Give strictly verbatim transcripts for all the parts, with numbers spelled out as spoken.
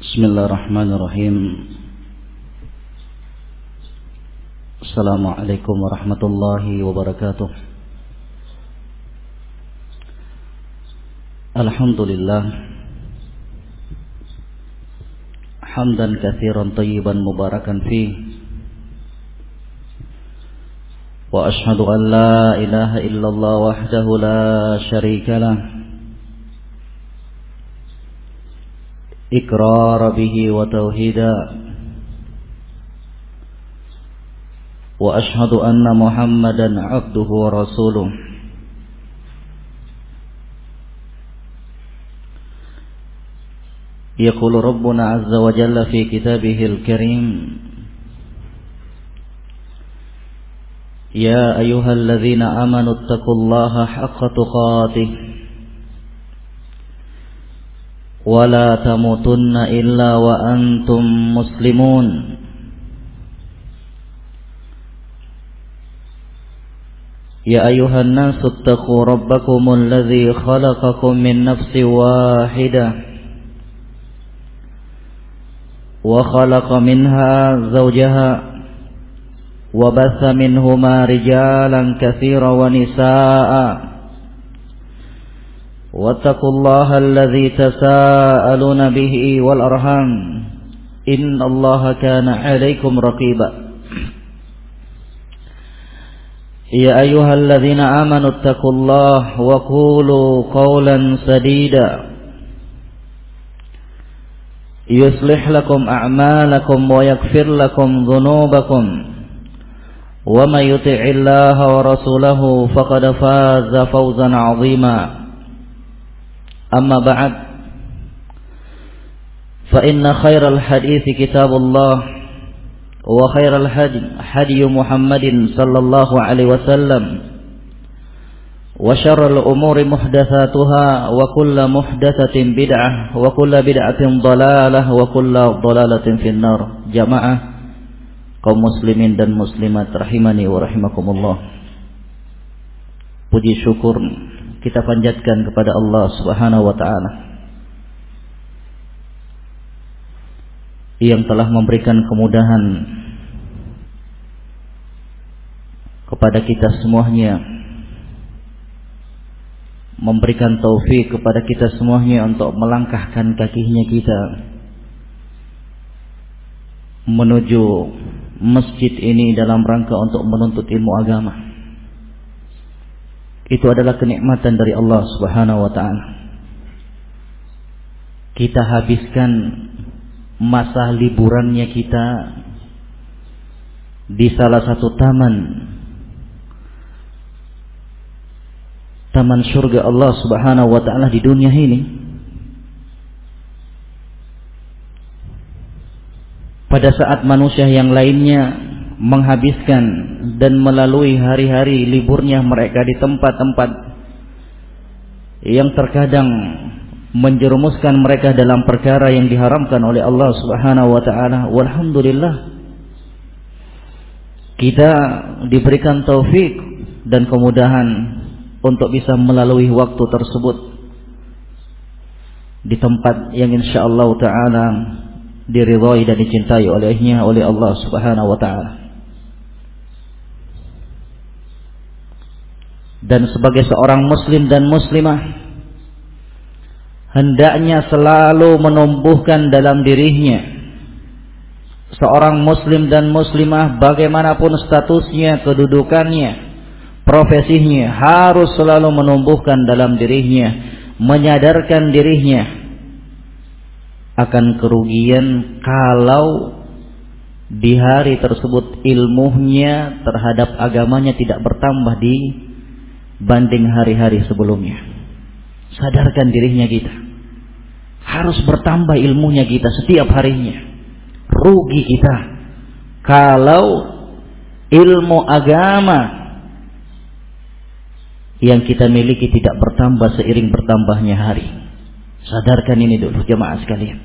Bismillahirrahmanirrahim. Assalamualaikum warahmatullahi wabarakatuh. Alhamdulillah hamdan katsiran thayyiban mubarakan fih. Wa ashhadu an la ilaha illallah wahdahu la syarika lah. Iqrar bihi wa tauhida. Wa ashhadu anna Muhammadan abduhu wa rasuluh. Yaqulu Rabbuna azza wa jalla fi kitabihil karim: Ya ayyuhalladzina amanu taqullaha haqqa tuqatih wa la tamutunna illa wa antum muslimun. Ya ayyuhan nasu ittaqu rabbakumul ladzi khalaqakum min nafsin wahidah wa khalaqa minha zawjaha wa batha minhuma rijalan katsiran wa nisaa'a. Wattaqullaha alladzi tasaaluna bihi wal arham innallaha kana 'alaikum raqiba. Ya ayyuhalladzina amanu ittaqullaha wa qulu qawlan sadida yuslih lakum a'malakum wa yaghfir lakum dhunubakum wa may yuti'illaha wa rasulahu faqad faza fawzan 'azima. Amma ba'd, fa inna khairal hadithi kitabullah wa khairal hadi hadi Muhammadin sallallahu alaihi wasallam wa syarrul umuri muhdatsatuha wa kullu muhdatsatin bid'ah wa kullu bid'atin dhalalah wa kullu dhalalatin finnar. Jamaah kaum muslimin dan muslimat rahimani wa rahimakumullah. Puji syukur kita panjatkan kepada Allah Subhanahu wa taala yang telah memberikan kemudahan kepada kita semuanya, memberikan taufik kepada kita semuanya untuk melangkahkan kakinya kita menuju masjid ini dalam rangka untuk menuntut ilmu agama. Itu adalah kenikmatan dari Allah Subhanahu wa taala. Kita habiskan masa liburannya kita di salah satu taman taman surga Allah Subhanahu wa taala di dunia ini. Pada saat manusia yang lainnya menghabiskan dan melalui hari-hari liburnya mereka di tempat-tempat yang terkadang menjerumuskan mereka dalam perkara yang diharamkan oleh Allah Subhanahu wa taala. Walhamdulillah, kita diberikan taufik dan kemudahan untuk bisa melalui waktu tersebut di tempat yang insyaallah taala diridhai dan dicintai olehnya oleh Allah Subhanahu wa taala. Dan sebagai seorang muslim dan muslimah, hendaknya selalu menumbuhkan dalam dirinya, seorang muslim dan muslimah bagaimanapun statusnya, kedudukannya, profesinya, harus selalu menumbuhkan dalam dirinya, menyadarkan dirinya akan kerugian kalau di hari tersebut ilmunya terhadap agamanya tidak bertambah di banding hari-hari sebelumnya. Sadarkan dirinya kita, harus bertambah ilmunya kita setiap harinya. Rugi kita kalau ilmu agama yang kita miliki tidak bertambah seiring bertambahnya hari. Sadarkan ini dulu jemaah sekalian.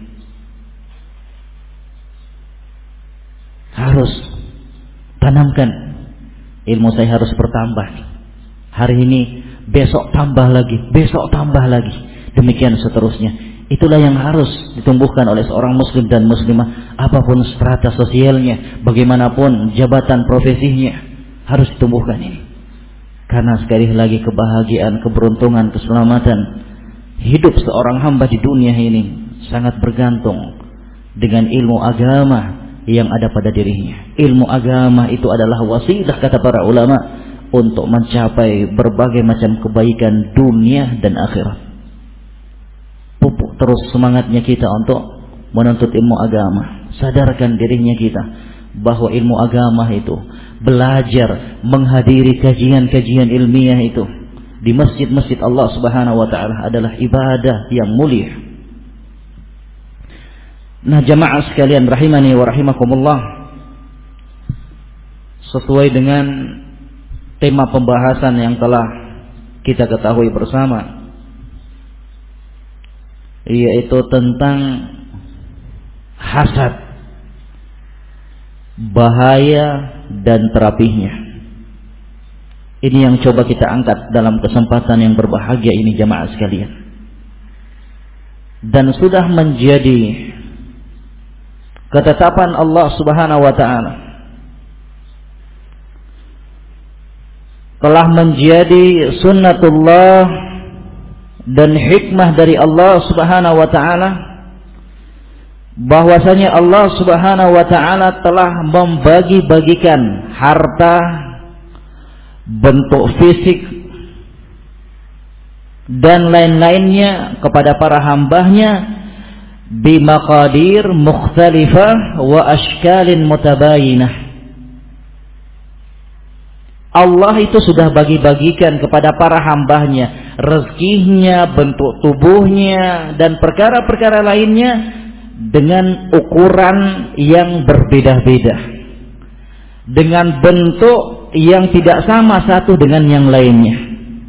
Harus tanamkan ilmu saya harus bertambah. Hari ini, besok tambah lagi, besok tambah lagi. Demikian seterusnya. Itulah yang harus ditumbuhkan oleh seorang muslim dan muslimah, apapun strata sosialnya, bagaimanapun jabatan profesinya, harus ditumbuhkan ini. Karena sekali lagi kebahagiaan, keberuntungan, keselamatan hidup seorang hamba di dunia ini sangat bergantung dengan ilmu agama yang ada pada dirinya. Ilmu agama itu adalah wasilah, kata para ulama, untuk mencapai berbagai macam kebaikan dunia dan akhirat. Pupuk terus semangatnya kita untuk menuntut ilmu agama. Sadarkan dirinya kita bahwa ilmu agama itu, belajar menghadiri kajian-kajian ilmiah itu di masjid-masjid Allah Subhanahu wa taala adalah ibadah yang mulia. Nah, jamaah sekalian rahimani wa rahimakumullah, sesuai dengan tema pembahasan yang telah kita ketahui bersama, yaitu tentang hasad, bahaya dan terapinya. Ini yang coba kita angkat dalam kesempatan yang berbahagia ini, jamaah sekalian. Dan sudah menjadi ketetapan Allah Subhanahu wa taala, telah menjadi sunnatullah dan hikmah dari Allah Subhanahu wa taala, bahwasanya Allah Subhanahu wa taala telah membagi-bagikan harta, bentuk fisik dan lain-lainnya kepada para hambanya bimaqadir mukhtalifah wa ashkalin mutabayinah. Allah itu sudah bagi-bagikan kepada para hambanya rezekinya, bentuk tubuhnya, dan perkara-perkara lainnya dengan ukuran yang berbeda-beda, dengan bentuk yang tidak sama satu dengan yang lainnya.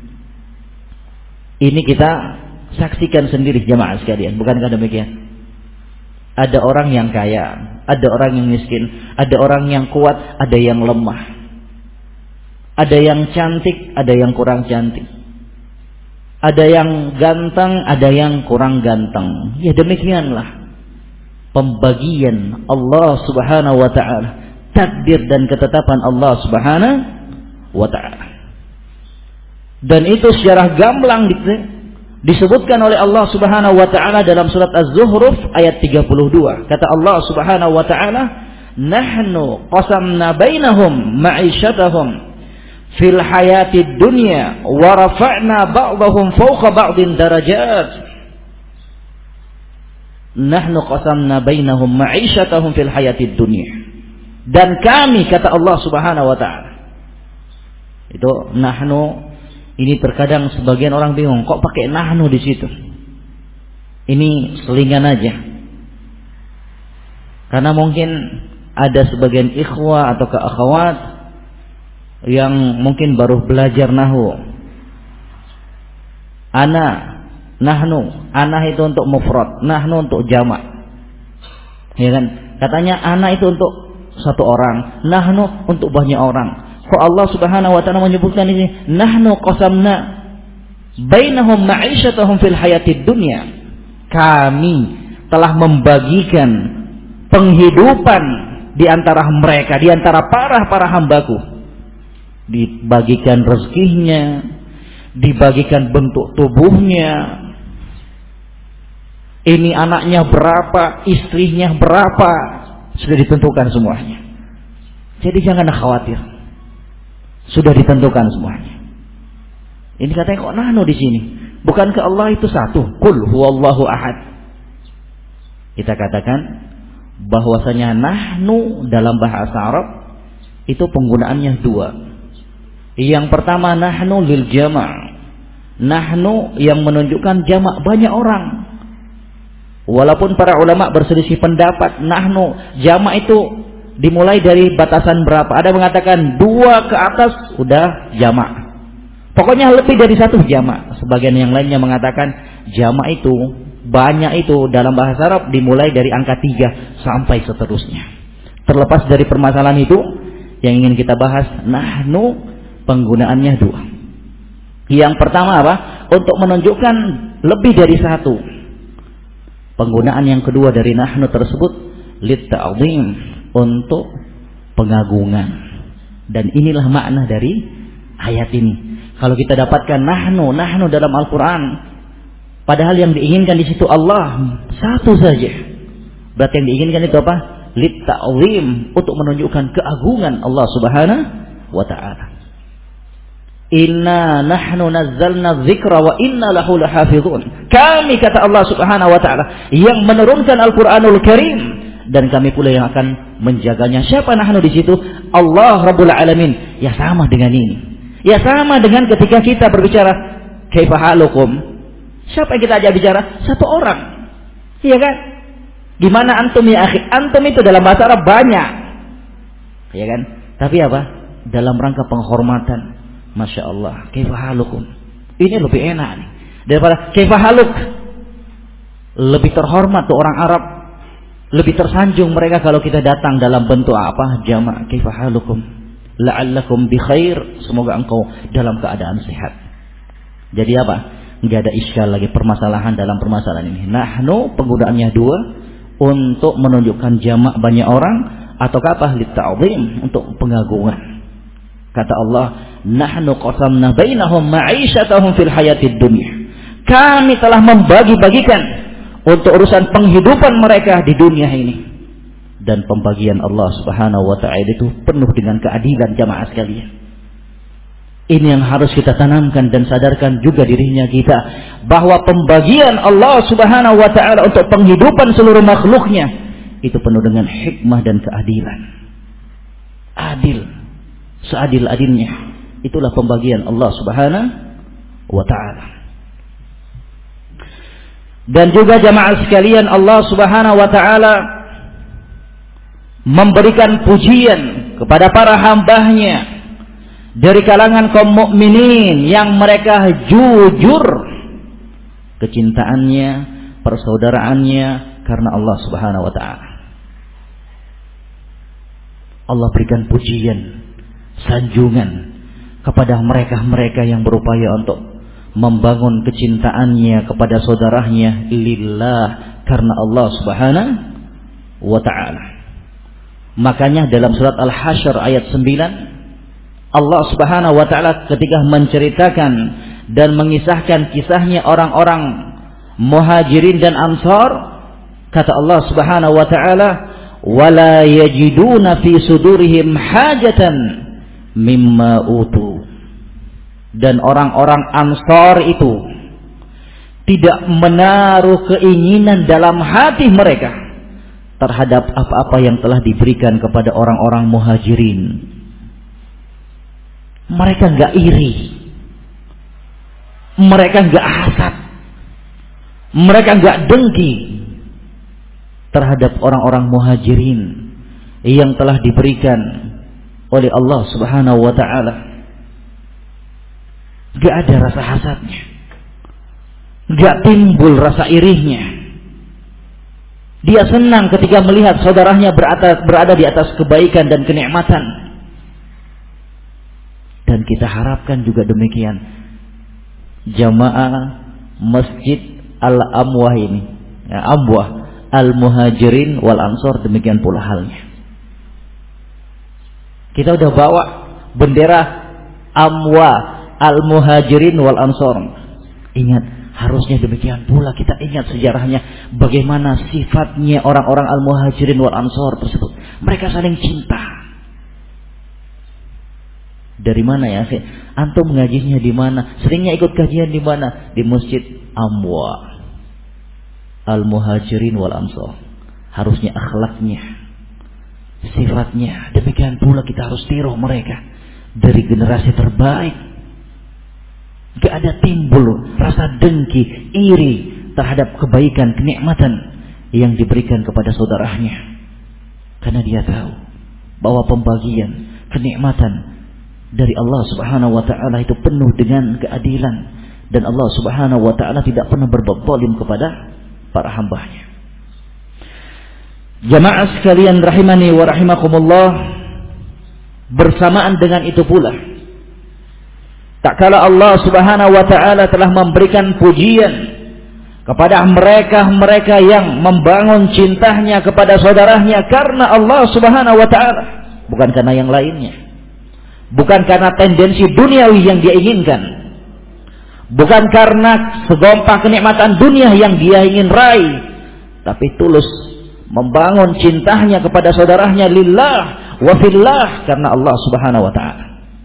Ini kita saksikan sendiri, jamaah sekalian, bukankah demikian? Ada orang yang kaya, ada orang yang miskin, ada orang yang kuat, ada yang lemah. Ada yang cantik, ada yang kurang cantik. Ada yang ganteng, ada yang kurang ganteng. Ya demikianlah pembagian Allah Subhanahu wa taala, takdir dan ketetapan Allah Subhanahu wa taala. Dan itu secara gamblang disebutkan oleh Allah Subhanahu wa taala dalam surat Az-Zukhruf ayat tiga puluh dua. Kata Allah Subhanahu wa taala, "Nahnu qasamna bainahum ma'isyatahum fil hayatid dunya wa rafa'na ba'dahum fawqa ba'din darajat." Nahnu qasamna bainahum ma'isyatahum fil hayatid dunya. Dan kami, kata Allah Subhanahu wa taala. Itu nahnu, ini terkadang sebagian orang bingung, kok pakai nahnu di situ? Ini selingan aja. Karena mungkin ada sebagian ikhwah atau akhwat yang mungkin baru belajar nahu. Ana, nahnu, ana itu untuk mufrad, nahnu untuk jamak. Ya kan? Katanya ana itu untuk satu orang, nahnu untuk banyak orang. Kok Allah Subhanahu wa taala menyebutkan ini, nahnu qasamna bainahum ma'isyatahum fil hayatid dunya. Kami telah membagikan penghidupan di antara mereka, di antara para para hambaku. Dibagikan rezekinya, dibagikan bentuk tubuhnya. Ini anaknya berapa, istrinya berapa, sudah ditentukan semuanya. Jadi jangan khawatir, sudah ditentukan semuanya. Ini katanya kok nahnu di sini? Bukankah Allah itu satu? Qul huwallahu ahad. Kita katakan bahwasanya nahnu dalam bahasa Arab itu penggunaannya dua. Yang pertama nahnu lil jama'. Nahnu yang menunjukkan jamak, banyak orang. Walaupun para ulama berselisih pendapat, nahnu jamak itu dimulai dari batasan berapa? Ada mengatakan dua ke atas udah jamak. Pokoknya lebih dari satu jamak. Sebagian yang lainnya mengatakan jamak itu, banyak itu dalam bahasa Arab dimulai dari angka tiga sampai seterusnya. Terlepas dari permasalahan itu, yang ingin kita bahas, nahnu penggunaannya dua. Yang pertama apa? Untuk menunjukkan lebih dari satu. Penggunaan yang kedua dari nahnu tersebut lit ta'zim, untuk pengagungan. Dan inilah makna dari ayat ini. Kalau kita dapatkan nahnu, nahnu dalam Al-Quran, padahal yang diinginkan di situ Allah satu saja. Berarti yang diinginkan itu apa? Lit ta'zim, untuk menunjukkan keagungan Allah Subhanahu wa ta'ala. Inna nahnu nazzalna dzikra wa inna lahu lahafizun. Kami, kata Allah Subhanahu wa ta'ala, yang menurunkan Al-Qur'anul Karim, dan kami pula yang akan menjaganya. Siapa nahnu di situ? Allah Rabbul Alamin. Ya sama dengan ini. Ya sama dengan ketika kita berbicara kaifa halukum. Siapa yang kita ajak bicara? Satu orang. Iya kan? Gimana antum ya akhi? Antum itu dalam bahasa Arab banyak. Iya kan? Tapi apa? Dalam rangka penghormatan. Masya Allah, kaifa halukum. Ini lebih enak nih daripada kaifa haluk. Lebih terhormat tuh orang Arab, lebih tersanjung mereka kalau kita datang dalam bentuk apa? Jama', kaifa halukum, la'allakum bi khair, semoga engkau dalam keadaan sehat. Jadi apa? Enggak ada iskal lagi permasalahan dalam permasalahan ini. Nahnu penggunaannya dua, untuk menunjukkan jamak banyak orang, atau apa? Lit ta'zim, untuk pengagungan. Kata Allah, nahnu qasamna bainahum ma'isyatahum fil hayatid dunya. Kami telah membagi-bagikan untuk urusan penghidupan mereka di dunia ini. Dan pembagian Allah Subhanahu wa ta'ala itu penuh dengan keadilan, jamaah sekalian. Ini yang harus kita tanamkan dan sadarkan juga dirinya kita, bahwa pembagian Allah Subhanahu wa ta'ala untuk penghidupan seluruh makhluknya itu penuh dengan hikmah dan keadilan. Adil, seadil-adilnya. Itulah pembagian Allah Subhanahu wa ta'ala. Dan juga jamaah sekalian, Allah Subhanahu wa ta'ala memberikan pujian kepada para hambanya dari kalangan kaum mukminin yang mereka jujur kecintaannya, persaudaraannya karena Allah Subhanahu wa ta'ala. Allah berikan pujian, sanjungan kepada mereka-mereka yang berupaya untuk membangun kecintaannya kepada saudaranya lillah, karena Allah Subhanahu wa ta'ala. Makanya dalam surat Al-Hasyr ayat sembilan, Allah Subhanahu wa ta'ala ketika menceritakan dan mengisahkan kisahnya orang-orang Muhajirin dan Ansar, kata Allah Subhanahu wa ta'ala, wala yajiduna fi sudurihim hajatan mimma utu. Dan orang-orang Ansar itu tidak menaruh keinginan dalam hati mereka terhadap apa-apa yang telah diberikan kepada orang-orang Muhajirin. Mereka enggak iri, mereka enggak hasad, mereka enggak dengki terhadap orang-orang Muhajirin yang telah diberikan oleh Allah Subhanahu wa ta'ala. Gak ada rasa hasadnya, gak timbul rasa irihnya. Dia senang ketika melihat saudaranya berada, berada di atas kebaikan dan kenikmatan. Dan kita harapkan juga demikian jamaah Masjid Al-Amwah ini, ya, Amwah Al-Muhajirin wal Ansor, demikian pula halnya. Kita udah bawa bendera Amwah Al-Muhajirin wal Ansor. Ingat, harusnya demikian pula kita ingat sejarahnya, bagaimana sifatnya orang-orang Al-Muhajirin wal Ansor tersebut. Mereka saling cinta. Dari mana ya? Antum ngajinya di mana? Seringnya ikut kajian di mana? Di Masjid Amwah Al-Muhajirin wal Ansor. Harusnya akhlaknya, sifatnya demikian pula kita harus tiru mereka dari generasi terbaik. Gak ada timbul rasa dengki, iri terhadap kebaikan, kenikmatan yang diberikan kepada saudaranya. Karena dia tahu bahwa pembagian kenikmatan dari Allah Subhanahu wa ta'ala itu penuh dengan keadilan. Dan Allah Subhanahu wa ta'ala tidak pernah berbuat zalim kepada para hambanya. Jamaah sekalian rahimani wa rahimakumullah, bersamaan dengan itu pula, tak kala Allah Subhanahu wa ta'ala telah memberikan pujian kepada mereka-mereka yang membangun cintanya kepada saudaranya karena Allah Subhanahu wa taala, bukan karena yang lainnya. Bukan karena tendensi duniawi yang dia inginkan. Bukan karena segompah kenikmatan dunia yang dia ingin raih, tapi tulus membangun cintanya kepada saudaranya lillah wa fillah karena Allah Subhanahu wa taala.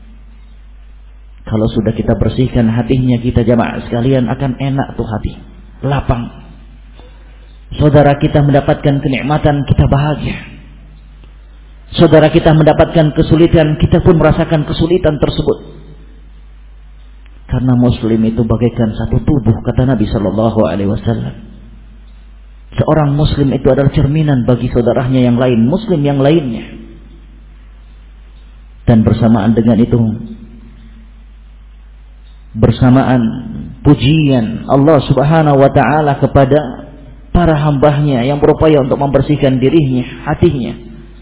Kalau sudah kita bersihkan hatinya kita jamaah sekalian, akan enak tuh hati, lapang. Saudara kita mendapatkan kenikmatan, kita bahagia. Saudara kita mendapatkan kesulitan, kita pun merasakan kesulitan tersebut. Karena muslim itu bagaikan satu tubuh, kata Nabi sallallahu alaihi wasallam. Seorang muslim itu adalah cerminan bagi saudaranya yang lain, muslim yang lainnya. Dan bersamaan dengan itu, bersamaan pujian Allah Subhanahu wa taala kepada para hambanya yang berupaya untuk membersihkan dirinya, hatinya.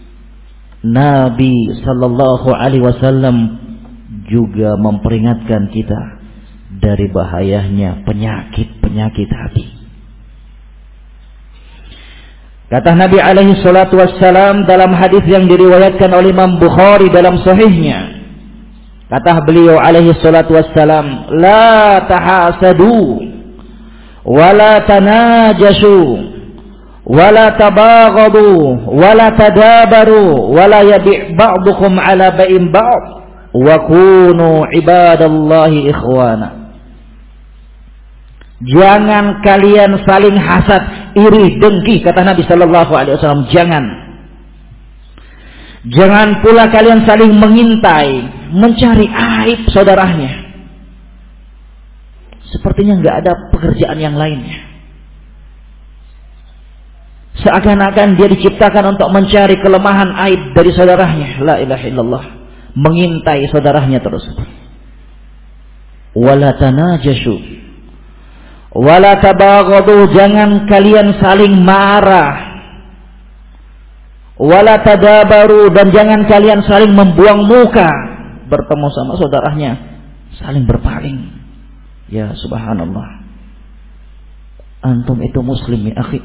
Nabi sallallahu alaihi wasallam juga memperingatkan kita dari bahayanya penyakit-penyakit hati. Kata Nabi alaihi salatu wassalam dalam hadis yang diriwayatkan oleh Imam Bukhari dalam sahihnya, kata beliau alaihi salatu wassalam, la tahasadu wala tanajashu wala tabaghadu wala tadabaru wala yabi' ba'dukum ala ba'in ba'd wa kunu ibadallahi ikhwana. Jangan kalian saling hasad, iri, dengki, kata Nabi sallallahu alaihi wasallam, jangan. Jangan pula kalian saling mengintai, mencari aib saudaranya. Sepertinya enggak ada pekerjaan yang lainnya. Seakan-akan dia diciptakan untuk mencari kelemahan aib dari saudaranya. La ilaha illallah. Mengintai saudaranya terus. Wala tanajashu wala tabaghadu, jangan kalian saling marah. Wala tadabaru, dan jangan kalian saling membuang muka bertemu sama saudaranya, saling berpaling. Ya subhanallah. Antum itu muslim ya akhi.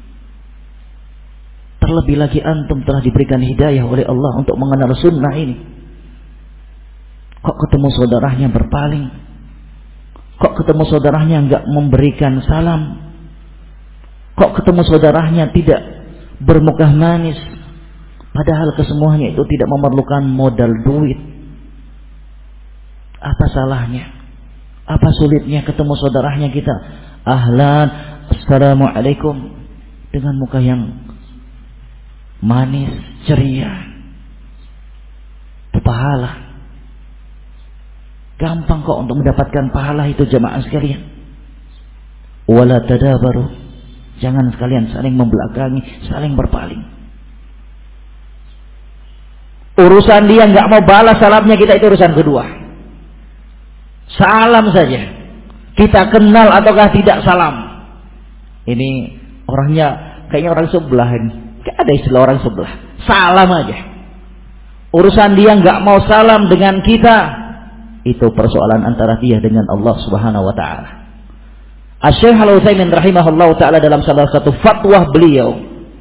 Terlebih lagi antum telah diberikan hidayah oleh Allah untuk mengenal sunnah ini. Kok ketemu saudaranya berpaling? Kok ketemu saudaranya enggak memberikan salam? Kok ketemu saudaranya tidak bermuka manis? Padahal kesemuanya itu tidak memerlukan modal duit. Apa salahnya? Apa sulitnya ketemu saudaranya kita? Ahlan, assalamualaikum, dengan muka yang manis, ceria, berpahala. Gampang kok untuk mendapatkan pahala itu jamaah sekalian. Wala tadabaru, jangan sekalian saling membelakangi, saling berpaling. Urusan dia nggak mau balas salamnya kita, itu urusan kedua. Salam saja. Kita kenal ataukah tidak salam. Ini orangnya kayaknya orang sebelah ini. Kayak ada istilah orang sebelah. Salam aja. Urusan dia nggak mau salam dengan kita, itu persoalan antara dia dengan Allah Subhanahu wa taala. Asy-Syaikh Al-Utsaimin rahimahullahu taala dalam salah satu fatwa beliau,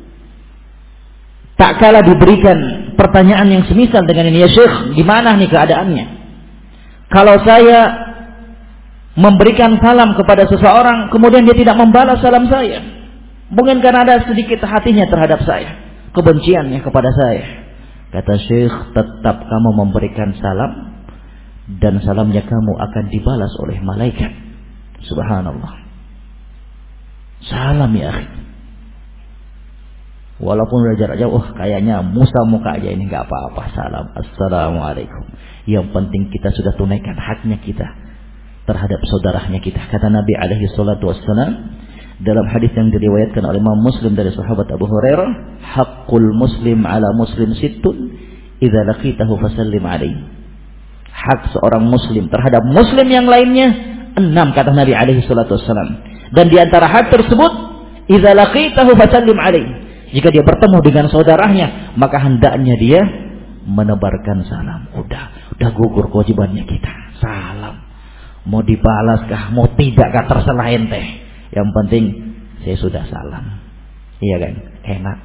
tak kala diberikan pertanyaan yang semisal dengan ini, ya Syekh, gimana nih keadaannya? Kalau saya memberikan salam kepada seseorang, kemudian dia tidak membalas salam saya, mungkin karena ada sedikit hatinya terhadap saya, kebenciannya kepada saya. Kata Syekh, tetap kamu memberikan salam, dan salamnya kamu akan dibalas oleh malaikat. Subhanallah. Salam ya akhi. Walaupun udah jarak jauh, oh, kayaknya Musa muka aja ini, nggak apa-apa. Salam, assalamualaikum. Yang penting kita sudah tunaikan haknya kita terhadap saudaranya kita. Kata Nabi alaihi salatu wassalam dalam hadis yang diriwayatkan oleh Imam Muslim dari sahabat Abu Hurairah, haqqul muslim ala muslim sittun idza laqitahu fasallim alaihi. Hak seorang muslim terhadap muslim yang lainnya enam, kata Nabi alaihi salatu wassalam. Dan di antara hak tersebut, idza laqitahu fasallim alaihi. Jika dia bertemu dengan saudaranya, maka hendaknya dia menebarkan salam. Udah, udah gugur kewajibannya kita. Salam. Mau dibalaskah, mau tidakkah terserah ente. Yang penting saya sudah salam. Iya kan? Enak.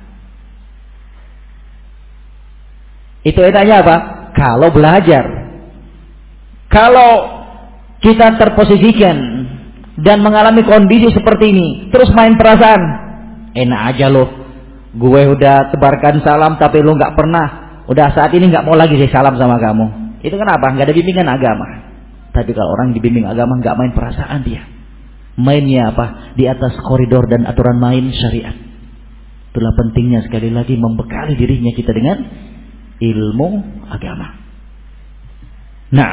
Itu enaknya apa? Kalau belajar. Kalau kita terposisikan dan mengalami kondisi seperti ini, terus main perasaan, enak aja loh. Gue udah tebarkan salam tapi lo nggak pernah. Udah saat ini nggak mau lagi saya salam sama kamu. Itu kenapa? Nggak ada bimbingan agama. Tapi kalau orang dibimbing agama nggak main perasaan dia. Mainnya apa? Di atas koridor dan aturan main syariat. Itulah pentingnya sekali lagi membekali dirinya kita dengan ilmu agama. Nah,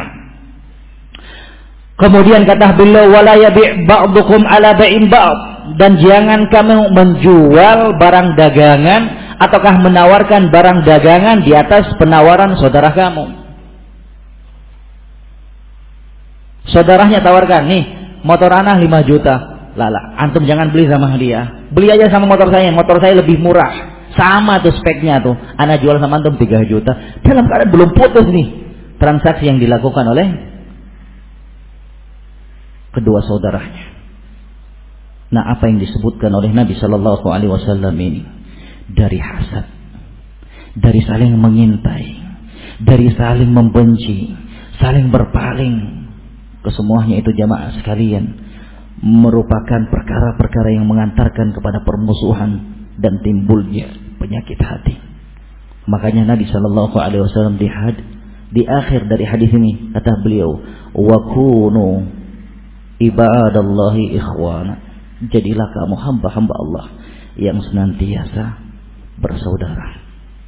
kemudian kata beliau, wala yabi' ba'dukum ala ba'in ba'd, dan jangan kamu menjual barang dagangan ataukah menawarkan barang dagangan di atas penawaran saudara kamu. Saudaranya tawarkan, nih motor ana lima juta. Lala, antum jangan beli sama dia. Beli aja sama motor saya, motor saya lebih murah. Sama tuh speknya tuh. Ana jual sama antum tiga juta. Dalam keadaan belum putus nih transaksi yang dilakukan oleh kedua saudaranya. Nah, apa yang disebutkan oleh Nabi Shallallahu Alaihi Wasallam ini dari hasad, dari saling mengintai, dari saling membenci, saling berpaling, kesemuanya itu jamaah sekalian merupakan perkara-perkara yang mengantarkan kepada permusuhan dan timbulnya penyakit hati. Makanya Nabi Shallallahu Alaihi Wasallam di had, di akhir dari hadis ini kata beliau, wa kunu ibadallahi ikhwana, jadilah kamu hamba-hamba Allah yang senantiasa bersaudara.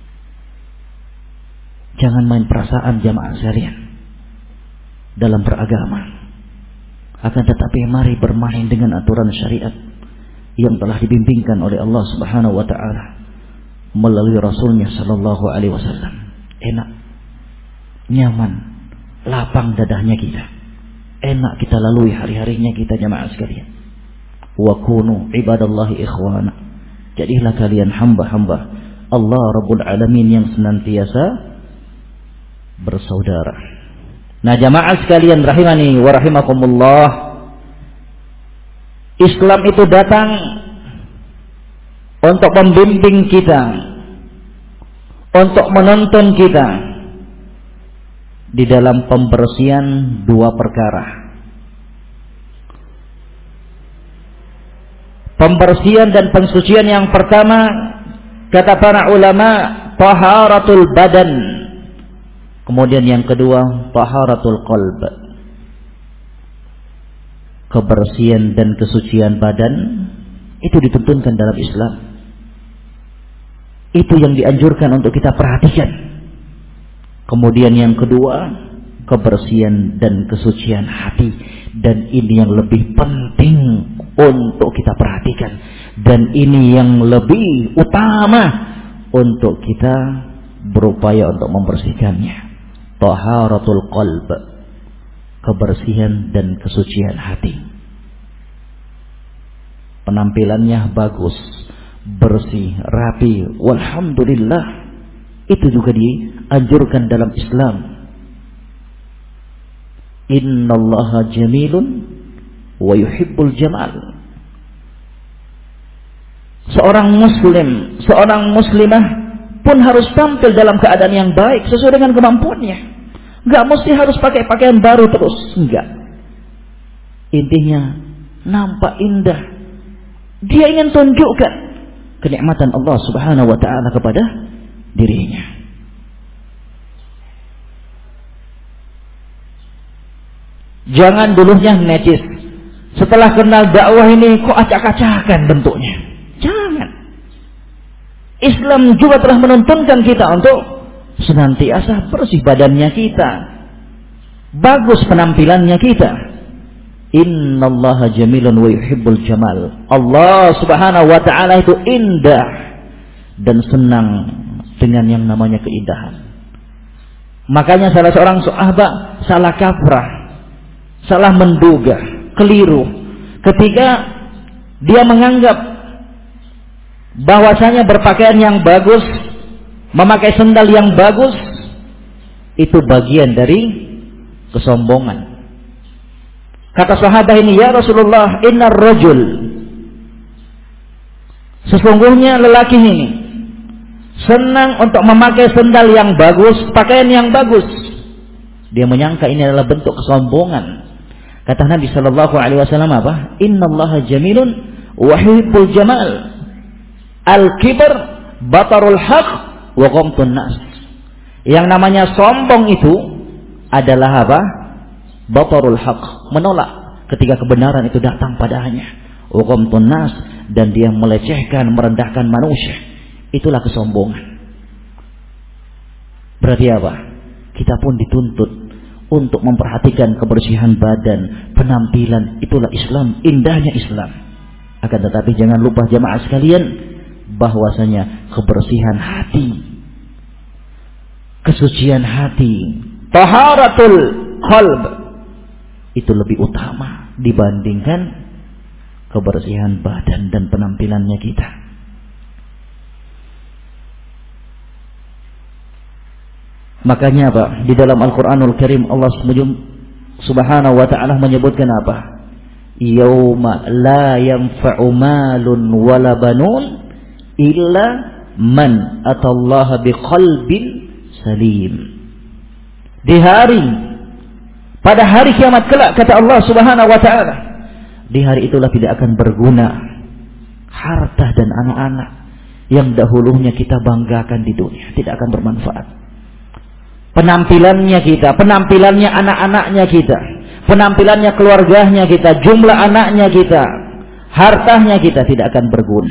Jangan main perasaan jamaah sekalian dalam beragama. Akan tetapi mari bermain dengan aturan syariat yang telah dibimbingkan oleh Allah Subhanahu wa taala melalui Rasulnya Shallallahu Alaihi Wasallam. Enak, nyaman, lapang dadahnya kita. Enak kita lalui hari-harinya kita jamaah sekalian. Wa kunu ibadallahi ikhwana. Jadilah kalian hamba-hamba Allah Rabbul Alamin yang senantiasa bersaudara. Nah, jamaah sekalian rahimani wa rahimakumullah, Islam itu datang untuk membimbing kita, untuk menuntun kita di dalam pembersihan dua perkara. Pembersihan dan pensucian yang pertama, kata para ulama, taharatul badan. Kemudian yang kedua, taharatul qalb. Kebersihan dan kesucian badan itu dituntunkan dalam Islam. Itu yang dianjurkan untuk kita perhatikan. Kemudian yang kedua, kebersihan dan kesucian hati. Dan ini yang lebih penting untuk kita perhatikan. Dan ini yang lebih utama untuk kita berupaya untuk membersihkannya. Taharatul qalb, kebersihan dan kesucian hati. Penampilannya bagus, bersih, rapi, walhamdulillah. Itu juga dianjurkan dalam Islam. Innallaha jamilun wa yuhibbul jamal. Seorang muslim, seorang muslimah pun harus tampil dalam keadaan yang baik sesuai dengan kemampuannya. Enggak mesti harus pakai pakaian baru terus, enggak. Intinya nampak indah. Dia ingin tunjukkan kenikmatan Allah Subhanahu wa taala kepada dirinya. Jangan dulunya necis. Setelah kenal dakwah ini kok acak-acakan bentuknya. Jangan. Islam juga telah menuntunkan kita untuk senantiasa bersih badannya kita, bagus penampilannya kita. Innallaha jamilun wa yuhibbul jamal. Allah Subhanahu wa taala itu indah dan senang dengan yang namanya keindahan. Makanya salah seorang sahabat salah kaprah, salah menduga, keliru ketika dia menganggap bahwasanya berpakaian yang bagus, memakai sendal yang bagus itu bagian dari kesombongan. Kata sahabat ini, ya Rasulullah, innar rajul Sesungguhnya lelaki ini senang untuk memakai sendal yang bagus, pakaian yang bagus. Dia menyangka ini adalah bentuk kesombongan. Kata Nabi sallallahu alaihi wasallam apa? Innallaha jamilun wa yuhibbul jamal. Al-kibr batarul haq wa ghamtun nas. Yang namanya sombong itu adalah apa? Batarul haq, menolak ketika kebenaran itu datang padanya. Wa ghamtun nas, dan dia melecehkan, merendahkan manusia. Itulah kesombongan. Berarti apa? Kita pun dituntut untuk memperhatikan kebersihan badan, penampilan. Itulah Islam, indahnya Islam. Akan tetapi jangan lupa jamaah sekalian, bahwasanya kebersihan hati, kesucian hati, taharatul qalb, itu lebih utama dibandingkan kebersihan badan dan penampilannya kita. Makanya apa? Di dalam Al-Quranul Karim Allah Subhanahu wa ta'ala menyebutkan apa? Yauma la yanfa'u malun wala banun illa man atallaha biqalbin salim. Di hari, pada hari kiamat kelak, kata Allah Subhanahu wa ta'ala, di hari itulah tidak akan berguna harta dan anak-anak yang dahulunya kita banggakan di dunia, tidak akan bermanfaat. Penampilannya kita, penampilannya anak-anaknya kita, penampilannya keluarganya kita, jumlah anaknya kita, hartanya kita tidak akan berguna.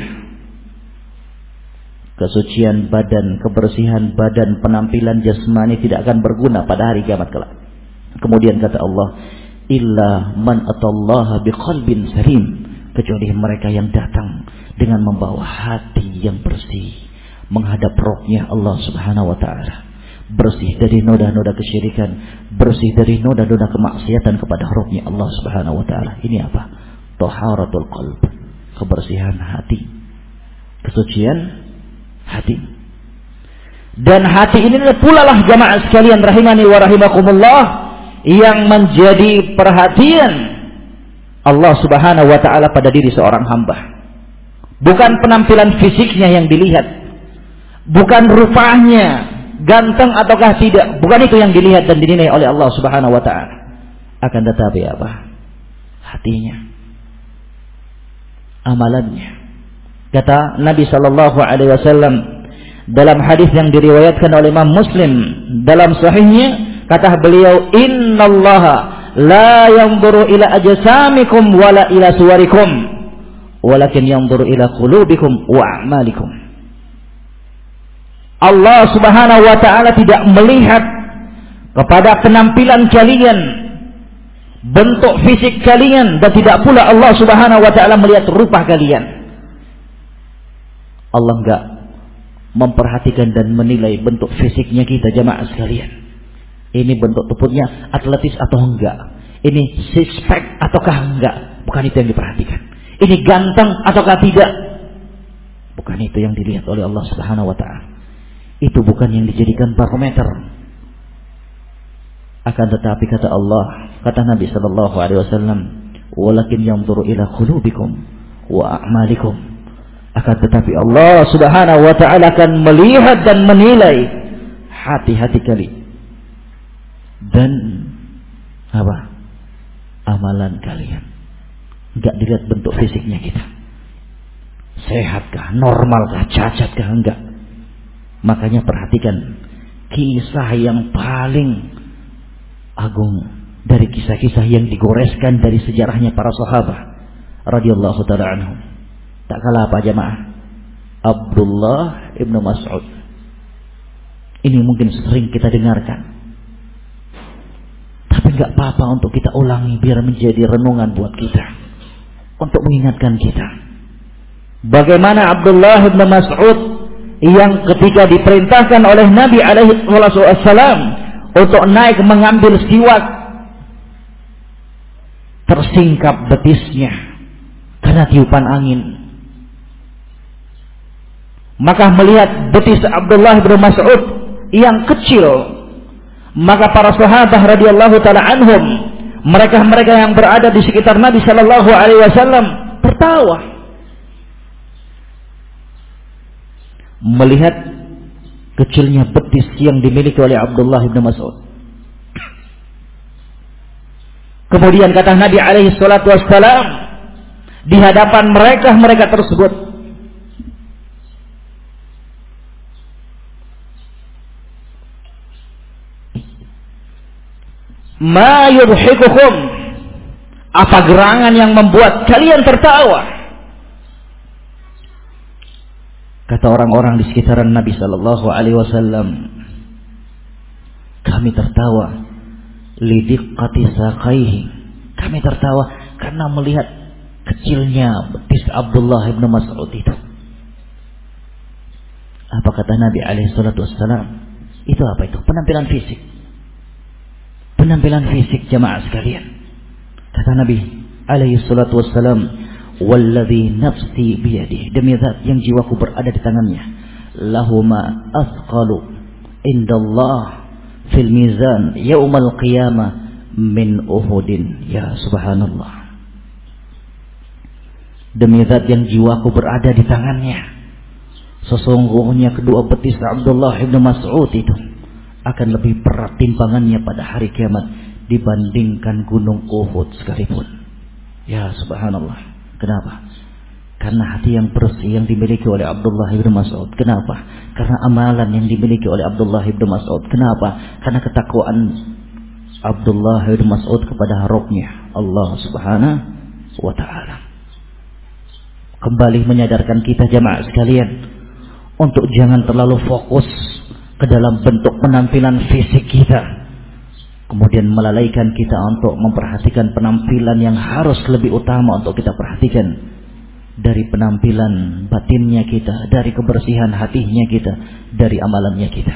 Kesucian badan, kebersihan badan, penampilan jasmani tidak akan berguna pada hari kiamat kelak. Kemudian kata Allah, illa man atallaha biqalbin salim, kecuali mereka yang datang dengan membawa hati yang bersih menghadap Rabb-Nya Allah Subhanahu wa ta'ala. Bersih dari noda-noda kesyirikan, bersih dari noda-noda kemaksiatan kepada Rabb-Nya Allah Subhanahu wa ta'ala. Ini apa? Taharatul qalb, kebersihan hati, kesucian hati. Dan hati ini pula lah jamaah sekalian rahimani wa rahimakumullah, yang menjadi perhatian Allah Subhanahu wa ta'ala pada diri seorang hamba. Bukan penampilan fisiknya yang dilihat, bukan rupanya ganteng ataukah tidak, bukan itu yang dilihat dan dinilai oleh Allah Subhanahu wa ta'ala. Akan tetapi apa? Hatinya, amalannya. Kata Nabi sallallahu alaihi wasallam dalam hadis yang diriwayatkan oleh Imam Muslim dalam sahihnya, kata beliau, innallaha la yanzuru ila ajsamikum wala ila suwarikum walakin yanzuru ila qulubikum wa a'malikum. Allah Subhanahu wa ta'ala tidak melihat kepada penampilan kalian, bentuk fisik kalian, dan tidak pula Allah Subhanahu wa ta'ala melihat rupa kalian. Allah enggak memperhatikan dan menilai bentuk fisiknya kita jamaah sekalian. Ini bentuk tubuhnya atletis atau enggak, ini six pack ataukah enggak, bukan itu yang diperhatikan. Ini ganteng ataukah tidak, bukan itu yang dilihat oleh Allah Subhanahu wa ta'ala. Itu bukan yang dijadikan barometer. Akan tetapi kata Allah, kata Nabi sallallahu alaihi wasallam, walakin yanzuru ila qulubikum wa a'malikum. Akan tetapi Allah Subhanahu wa ta'ala akan melihat dan menilai hati-hati kalian dan apa? Amalan kalian. Enggak dilihat bentuk fisiknya kita, sehatkah, normalkah, cacatkah, enggak. Makanya perhatikan kisah yang paling agung dari kisah-kisah yang digoreskan dari sejarahnya para sahabat radhiyallahu taala anhum. Tak kalah apa jemaah? Abdullah ibnu Mas'ud. Ini mungkin sering kita dengarkan, tapi enggak apa-apa untuk kita ulangi biar menjadi renungan buat kita, untuk mengingatkan kita bagaimana Abdullah ibnu Mas'ud yang ketika diperintahkan oleh Nabi alaihi wasallam untuk naik mengambil siwak, tersingkap betisnya karena tiupan angin. Maka melihat betis Abdullah bin Mas'ud yang kecil, maka para sahabat radhiyallahu taala anhum, mereka-mereka yang berada di sekitar Nabi sallallahu alaihi wasallam tertawa. melihat kecilnya betis yang dimiliki oleh Abdullah bin Mas'ud. Kemudian kata Nabi alaihi salatu wassalam di hadapan mereka mereka tersebut, ma yudhikukum, apa gerangan yang membuat kalian tertawa? Kata orang-orang di sekitaran Nabi sallallahu alaihi wasallam, kami tertawa lidiqqati saqaihi. Kami tertawa karena melihat kecilnya betis Abdullah bin Mas'ud itu. Apa kata Nabi alaihi salatu wassalam? Itu apa itu? Penampilan fisik. Penampilan fisik jamaah sekalian. Kata Nabi alaihi salatu wassalam, walladzi nafsi biyadihi, demi zat yang jiwaku berada di tangannya, lahuma athqalu indallah fil mizan yaumal qiyamah min Uhudin. Ya subhanallah, demi zat yang jiwaku berada di tangannya, sesungguhnya kedua betis Abdullah bin Mas'ud itu akan lebih berat timbangannya pada hari kiamat dibandingkan gunung Uhud sekalipun. Ya subhanallah. Kenapa? Karena hati yang bersih yang dimiliki oleh Abdullah bin Mas'ud. Kenapa? Karena amalan yang dimiliki oleh Abdullah bin Mas'ud. Kenapa? Karena ketakwaan Abdullah bin Mas'ud kepada Rabbnya Allah subhanahu wa ta'ala. Kembali menyadarkan kita jamaah sekalian untuk jangan terlalu fokus ke dalam bentuk penampilan fisik kita, kemudian melalaikan kita untuk memperhatikan penampilan yang harus lebih utama untuk kita perhatikan, dari penampilan batinnya kita, dari kebersihan hatinya kita, dari amalannya kita.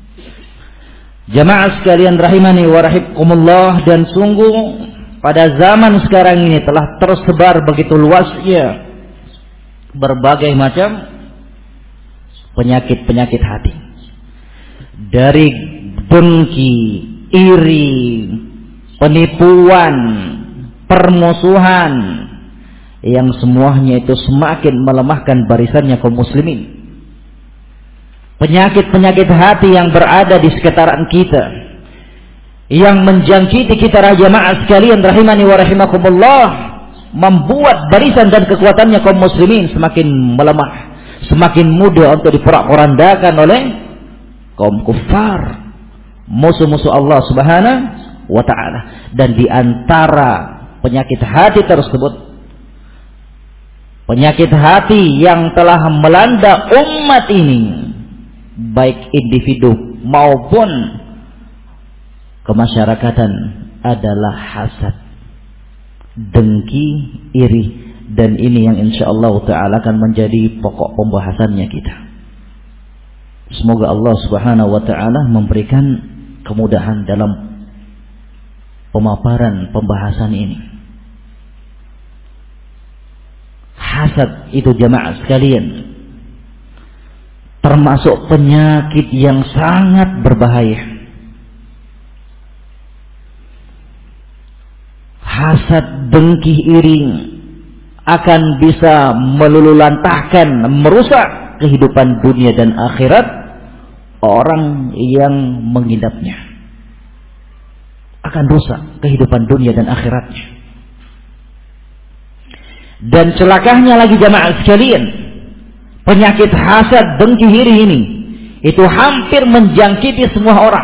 Jamaah sekalian rahimani wa rahimakumullah, dan sungguh pada zaman sekarang ini telah tersebar begitu luasnya berbagai macam penyakit-penyakit hati, dari dengki, iri, penipuan, permusuhan, yang semuanya itu semakin melemahkan barisannya kaum muslimin. Penyakit-penyakit hati yang berada di sekitaran kita, yang menjangkiti kita jamaah sekalian rahimani wa rahimakumullah, membuat barisan dan kekuatannya kaum muslimin semakin melemah, semakin mudah untuk diporak-porandakan oleh kaum kufar, musuh-musuh Allah subhanahu wa ta'ala. Dan di antara penyakit hati tersebut, penyakit hati yang telah melanda umat ini, baik individu maupun kemasyarakatan, adalah hasad, dengki, iri. Dan ini yang insyaallah ta'ala akan menjadi pokok pembahasannya kita. Semoga Allah subhanahu wa ta'ala memberikan kemudahan dalam pemaparan pembahasan ini. Hasad itu jamaah sekalian termasuk penyakit yang sangat berbahaya. Hasad, dengki, iri akan bisa melululantahkan, merusak kehidupan dunia dan akhirat orang yang mengidapnya. Akan rusak kehidupan dunia dan akhiratnya. Dan celakanya lagi jamaah sekalian, penyakit hasad, dengki, iri ini itu hampir menjangkiti semua orang.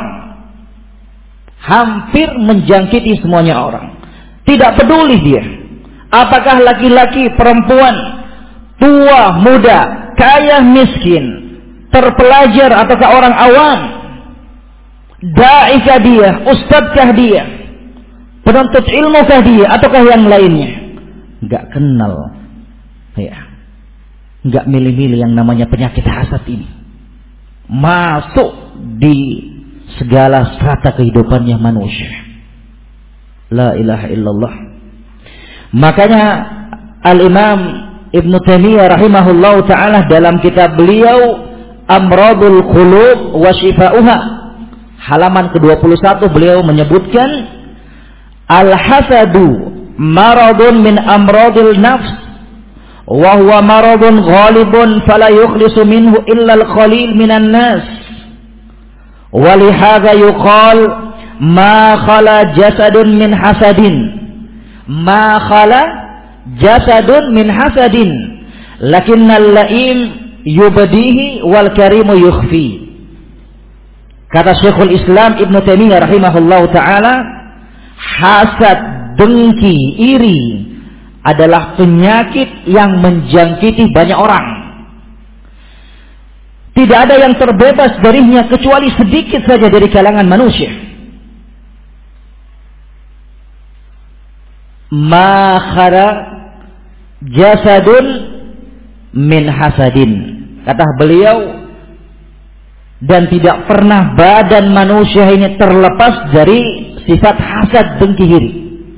Hampir menjangkiti semuanya orang. Tidak peduli dia apakah laki-laki, perempuan, tua, muda, kaya, miskin, terpelajar ataukah orang awam, da'ikah dia, ustadzkah dia, penuntut ilmukah dia, ataukah yang lainnya. Gak kenal, ya, gak milih-milih yang namanya penyakit hasad ini. Masuk di segala strata kehidupannya manusia. La ilaha illallah. Makanya Al-Imam Ibn Taimiyah rahimahullahu ta'ala dalam kitab beliau Amradul Qulub wa Shifa'uha, halaman ke dua puluh satu, beliau menyebutkan al-hasadu maradun min amradil nafs wa huwa maradun ghalibun fala yukhlisu minhu illa al-qalil minan nas. Wa li hadza yuqal ma khala jasadun min hasadin. Ma khala jasadun min hasadin. Lakinnal la'im yubdihi wal karimu yukhfi. Kata Syekhul Islam Ibnu Taimiyah rahimahullahu taala, hasad, dengki, iri adalah penyakit yang menjangkiti banyak orang. Tidak ada yang terbebas darinya kecuali sedikit saja dari kalangan manusia. Ma khara jasadun min hasadin, kata beliau, dan tidak pernah badan manusia ini terlepas dari sifat hasad, dengki, iri.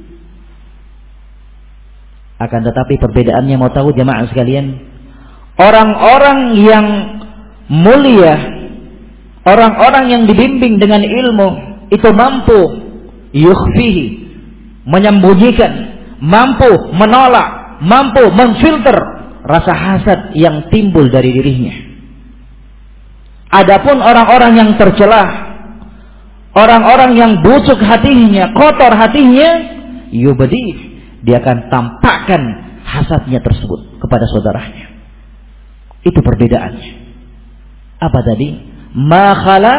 Akan tetapi perbedaannya, mau tahu jemaah sekalian, orang-orang yang mulia, orang-orang yang dibimbing dengan ilmu itu mampu yukhfihi, menyembunyikan, mampu menolak, mampu memfilter rasa hasad yang timbul dari dirinya. Adapun orang-orang yang tercelah, orang-orang yang busuk hatinya, kotor hatinya, yubdi, dia akan tampakkan hasadnya tersebut kepada saudaranya. Itu perbedaannya. Apa tadi? Ma khala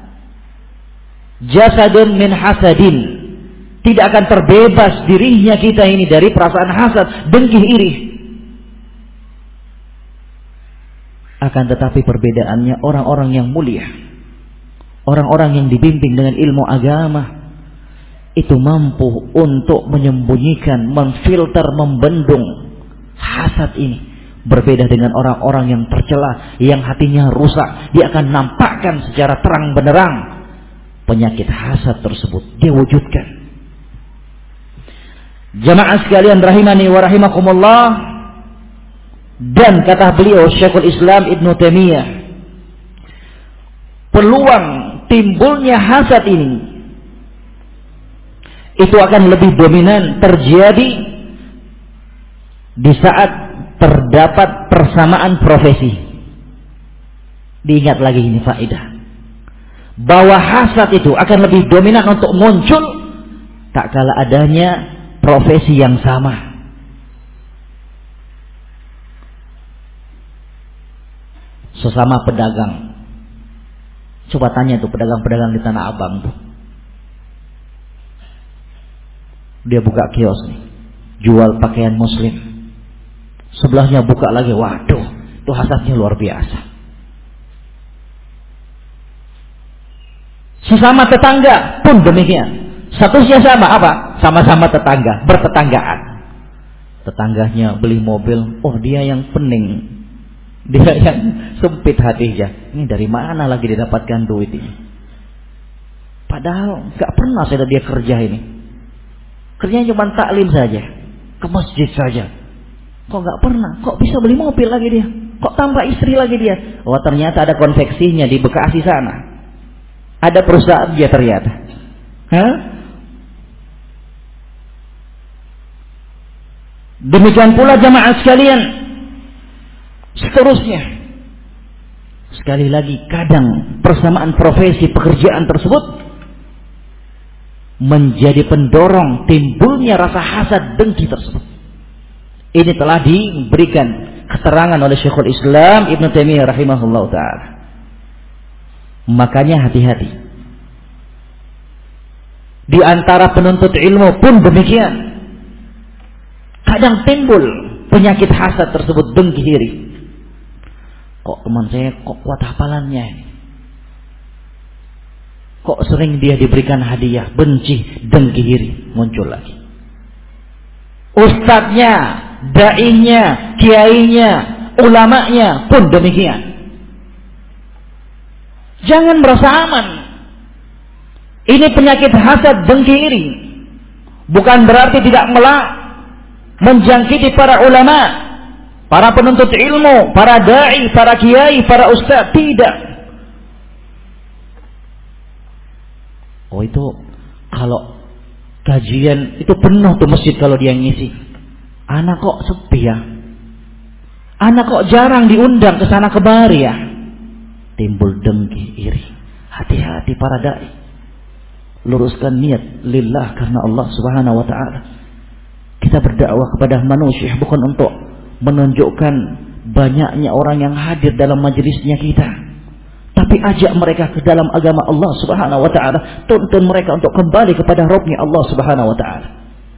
jasadun min hasadin. Tidak akan terbebas dirinya kita ini dari perasaan hasad, dengki, iri. Akan tetapi perbedaannya, orang-orang yang mulia, orang-orang yang dibimbing dengan ilmu agama, itu mampu untuk menyembunyikan, memfilter, membendung hasad ini. Berbeda dengan orang-orang yang tercela, yang hatinya rusak. Dia akan nampakkan secara terang benderang penyakit hasad tersebut. Dia wujudkan. Jamaah sekalian rahimani wa rahimakumullah. Dan kata beliau Syekhul Islam Ibnu Taimiyah, peluang timbulnya hasad ini itu akan lebih dominan terjadi di saat terdapat persamaan profesi. Diingat lagi ini faedah, bahwa hasad itu akan lebih dominan untuk muncul tak kala adanya profesi yang sama. Sesama pedagang, coba tanya tuh pedagang-pedagang di Tanah Abang tuh, dia buka kios nih, jual pakaian muslim, sebelahnya buka lagi, waduh, itu hasadnya luar biasa. Sesama tetangga pun demikian, statusnya sama, apa? Sama-sama tetangga, bertetanggaan. Tetangganya beli mobil, oh dia yang pening, dia yang sempit hatinya. Ini dari mana lagi didapatkan duit ini? Padahal gak pernah saya lihat dia kerja ini. Kerjanya cuma taklim saja, ke masjid saja. Kok gak pernah? Kok bisa beli mobil lagi dia? Kok tambah istri lagi dia? Oh ternyata ada konveksinya di Bekasi sana. Ada perusahaan dia ternyata. Hah? Demikian pula jamaah sekalian. Seterusnya, sekali lagi, kadang persamaan profesi pekerjaan tersebut menjadi pendorong timbulnya rasa hasad, dengki tersebut. Ini telah diberikan keterangan oleh Syekhul Islam Ibnu Taimiyah rahimahullah ta'ala. Makanya hati-hati. Di antara penuntut ilmu pun demikian. Kadang timbul penyakit hasad tersebut, dengki, iri. Kok teman saya kok kuat hafalannya ini? Kok sering dia diberikan hadiah, benci, dengki, iri muncul lagi. Ustadznya, dai-nya, kiainya, ulamanya pun demikian. Jangan merasa aman. Ini penyakit hasad, dengki, iri. Bukan berarti tidak melak menjangkiti para ulama, para penuntut ilmu, para dai, para kiai, para ustaz. Tidak. Oh itu kalau kajian itu penuh tuh masjid kalau dia ngisi. Anak kok sepi ya? Anak kok jarang diundang ke sana kemari ya? Timbul dengki, iri. Hati-hati para dai. Luruskan niat lillah karena Allah Subhanahu wa taala. Kita berdakwah kepada manusia bukan untuk menunjukkan banyaknya orang yang hadir dalam majelisnya kita. Tapi ajak mereka ke dalam agama Allah Subhanahu wa taala, tuntun mereka untuk kembali kepada Rabbnya Allah Subhanahu wa taala.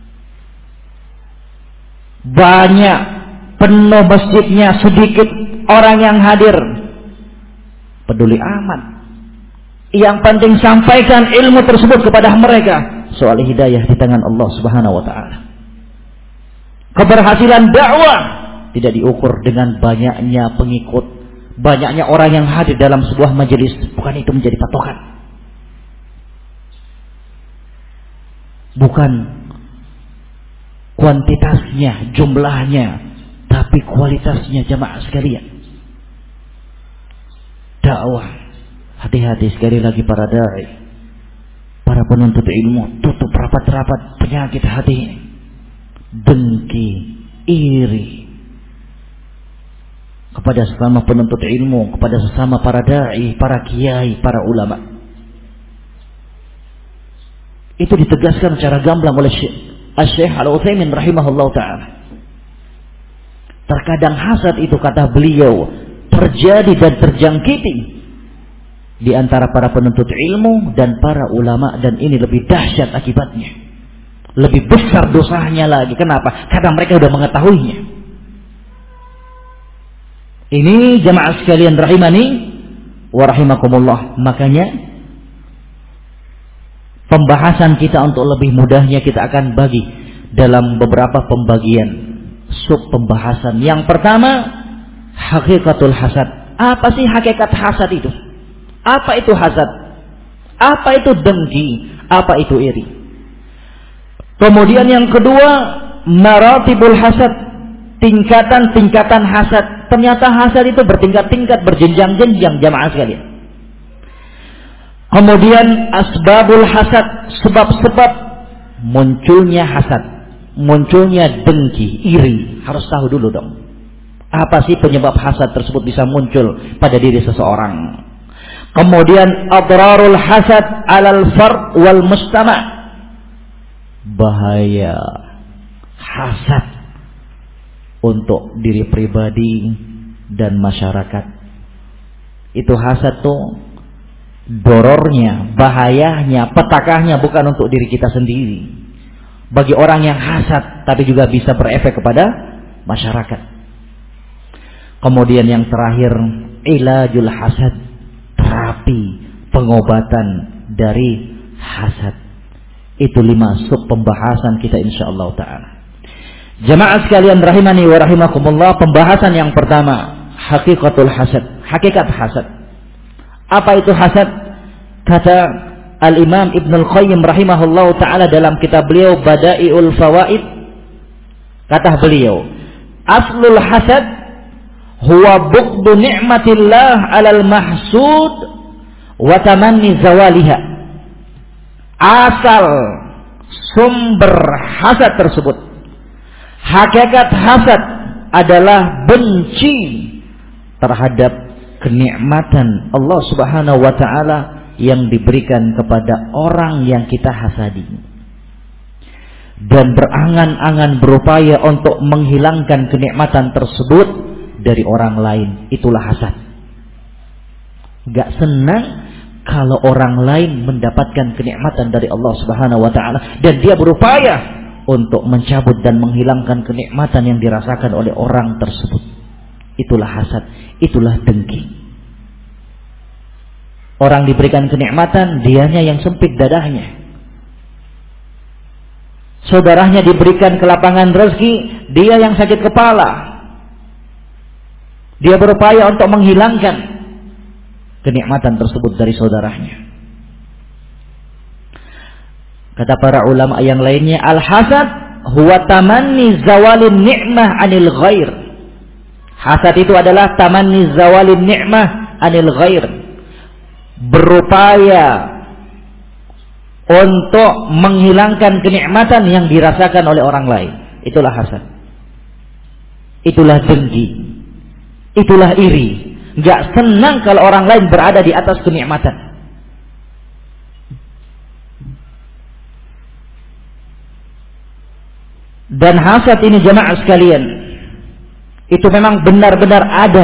Banyak penuh masjidnya, sedikit orang yang hadir. Peduli amat. Yang penting sampaikan ilmu tersebut kepada mereka. Soal hidayah di tangan Allah Subhanahu wa taala. Keberhasilan dakwah tidak diukur dengan banyaknya pengikut, banyaknya orang yang hadir dalam sebuah majelis. Bukan itu menjadi patokan. Bukan kuantitasnya, jumlahnya, tapi kualitasnya jamaah sekalian. Dakwah, hati-hati sekali lagi para dai, para penuntut ilmu, tutup rapat-rapat penyakit hati ini. Dengki, iri kepada sesama penuntut ilmu, kepada sesama para dai, para kiai, para ulama. Itu ditegaskan secara gamblang oleh Syekh Al-Utsaimin rahimahullah ta'ala. Terkadang hasad itu, kata beliau, terjadi dan terjangkiti di antara para penuntut ilmu dan para ulama, dan ini lebih dahsyat akibatnya. Lebih besar dosanya lagi. Kenapa? Karena mereka sudah mengetahuinya. Ini jamaah sekalian rahimani wa rahimakumullah. Makanya pembahasan kita untuk lebih mudahnya kita akan bagi dalam beberapa pembagian sub pembahasan. Yang pertama, hakikatul hasad. Apa sih hakikat hasad itu? Apa itu hasad? Apa itu dengki? Apa itu iri? Kemudian yang kedua, maratibul hasad. Tingkatan-tingkatan hasad. Ternyata hasad itu bertingkat-tingkat, berjenjang-jenjang jamaah sekalian. Kemudian asbabul hasad. Sebab-sebab munculnya hasad, munculnya dengki, iri. Harus tahu dulu dong. Apa sih penyebab hasad tersebut bisa muncul pada diri seseorang? Kemudian adrarul hasad alal fard wal mujtama'. Bahaya hasad untuk diri pribadi dan masyarakat. Itu hasad tuh dorornya, bahayanya, petakahnya bukan untuk diri kita sendiri. Bagi orang yang hasad, tapi juga bisa berefek kepada masyarakat. Kemudian yang terakhir, ilajul hasad. Terapi, pengobatan dari hasad. Itu lima sub pembahasan kita insyaallah ta'ala. Jamaah sekalian rahimani wa rahimakumullah. Pembahasan yang pertama, hakikatul hasad. Hakikat hasad. Apa itu hasad? Kata Al-Imam Ibn Al-Qayyim rahimahullah ta'ala dalam kitab beliau Bada'iul Fawaid. Kata beliau, aslul hasad huwa bughdu ni'matillah 'alal mahsud wa tamanni zawaliha. Asal sumber hasad tersebut, hakikat hasad adalah benci terhadap kenikmatan Allah Subhanahu wa taala yang diberikan kepada orang yang kita hasadi, dan berangan-angan berupaya untuk menghilangkan kenikmatan tersebut dari orang lain. Itulah hasad. Gak senang kalau orang lain mendapatkan kenikmatan dari Allah Subhanahu wa taala dan dia berupaya untuk mencabut dan menghilangkan kenikmatan yang dirasakan oleh orang tersebut. Itulah hasad, itulah dengki. Orang diberikan kenikmatan, dianya yang sempit dadahnya. Saudaranya diberikan kelapangan rezeki, dia yang sakit kepala. Dia berupaya untuk menghilangkan kenikmatan tersebut dari saudaranya. Kata para ulama yang lainnya, al-hasad huwa tamanni zawalin ni'mah anil ghair. Hasad itu adalah tamanni zawalin ni'mah anil ghair. Berupaya untuk menghilangkan kenikmatan yang dirasakan oleh orang lain. Itulah hasad. Itulah dengki. Itulah iri. Gak senang kalau orang lain berada di atas kenikmatan. Dan hasad ini jemaah sekalian, itu memang benar-benar ada,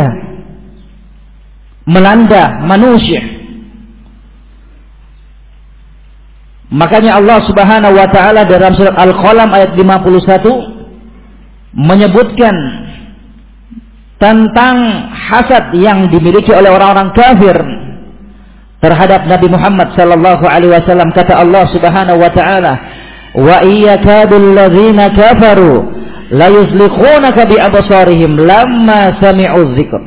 melanda manusia. Makanya Allah Subhanahu wa taala dalam surat Al-Qalam ayat lima puluh satu menyebutkan tentang hasad yang dimiliki oleh orang-orang kafir terhadap Nabi Muhammad sallallahu alaihi wasallam. Kata Allah Subhanahu wa taala, "Wa iyyakadul ladzina kafaru la yuzliqunaka bi absarihim lamma sami'u dzikr."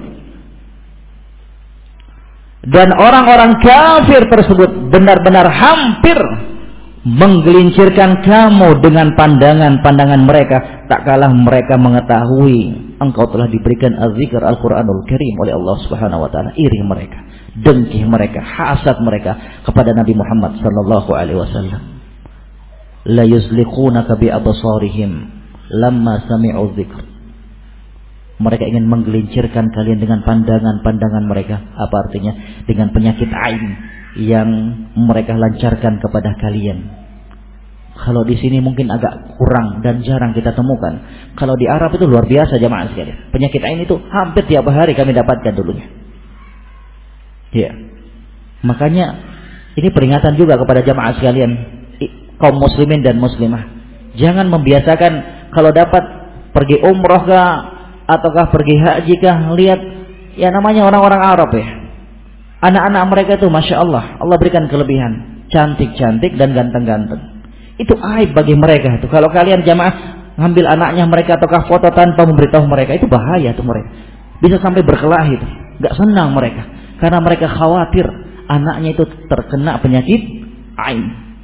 Dan orang-orang kafir tersebut benar-benar hampir menggelincirkan kamu dengan pandangan-pandangan mereka, tak kalah mereka mengetahui engkau telah diberikan az-zikr Al-Quranul Karim oleh Allah Subhanahu wa taala. Iri mereka, dengki mereka, hasad mereka kepada Nabi Muhammad sallallahu alaihi wasallam. La yuzliqunaka bi absarihim lamma sami'u dzikr. Mereka ingin menggelincirkan kalian dengan pandangan-pandangan mereka. Apa artinya? Dengan penyakit ain yang mereka lancarkan kepada kalian. Kalau di sini mungkin agak kurang dan jarang kita temukan. Kalau di Arab itu luar biasa jamaah sekalian. Penyakit ain itu hampir tiap hari kami dapatkan dulunya. Ya. Makanya ini peringatan juga kepada jamaah sekalian, kaum muslimin dan muslimah. Jangan membiasakan kalau dapat pergi umroh kah ataukah pergi haji kah, lihat ya namanya orang-orang Arab ya. Anak-anak mereka itu Masya Allah, Allah berikan kelebihan, cantik-cantik dan ganteng-ganteng. Itu aib bagi mereka itu. Kalau kalian jamaah ngambil anaknya mereka ataukah foto tanpa memberitahu mereka, itu bahaya tuh mereka. Bisa sampai berkelahi itu. Gak senang mereka. Karena mereka khawatir anaknya itu terkena penyakit ain.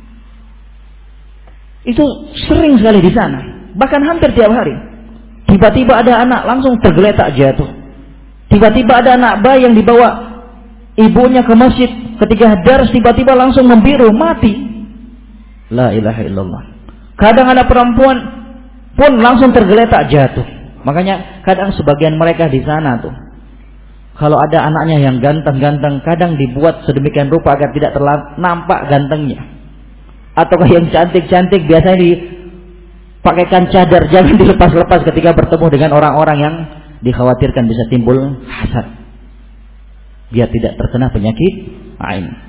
Itu sering sekali di sana. Bahkan hampir tiap hari. Tiba-tiba ada anak langsung tergeletak jatuh. Tiba-tiba ada anak bayi yang dibawa ibunya ke masjid. Ketika dars tiba-tiba langsung membiru, mati. La ilaha illallah. Kadang ada perempuan pun langsung tergeletak jatuh. Makanya kadang sebagian mereka di sana tuh, kalau ada anaknya yang ganteng-ganteng, kadang dibuat sedemikian rupa agar tidak terlampak nampak gantengnya. Ataukah yang cantik-cantik biasanya dipakaikan cadar, jangan dilepas-lepas ketika bertemu dengan orang-orang yang dikhawatirkan bisa timbul hasad, biar tidak terkena penyakit ain.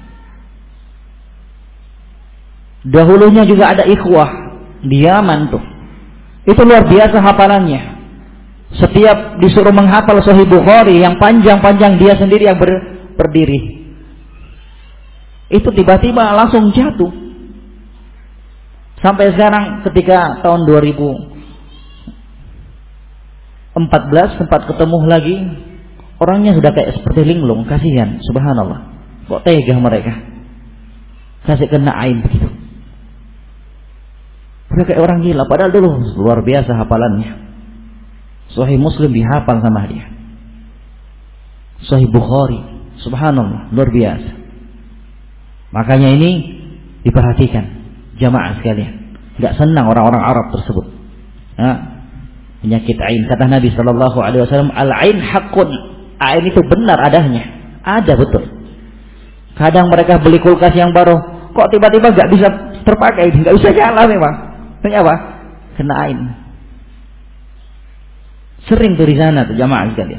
Dahulunya juga ada ikhwah di Yaman tuh. Itu luar biasa hafalannya. Setiap disuruh menghafal Sahih Bukhari yang panjang-panjang, dia sendiri yang ber, berdiri. Itu tiba-tiba langsung jatuh. Sampai sekarang ketika tahun dua ribu empat belas sempat ketemu lagi, orangnya sudah kayak seperti linglung, kasihan, subhanallah. Kok tega mereka kasih kena ain begitu. Udah kayak orang gila, padahal dulu luar biasa hafalannya. Sahih Muslim dihafal sama dia. Sahih Bukhari, subhanallah, luar biasa. Makanya ini diperhatikan jamaah sekalian. Enggak senang orang-orang Arab tersebut. Nah, penyakit ain, kata Nabi sallallahu alaihi wasallam, al-ain haqqun. Ain itu benar adanya. Ada betul. Kadang mereka beli kulkas yang baru, kok tiba-tiba enggak bisa terpakai, enggak bisa nyala memang. Apa? Kena ain. Sering tuh di sana tuh jamaah sekalian.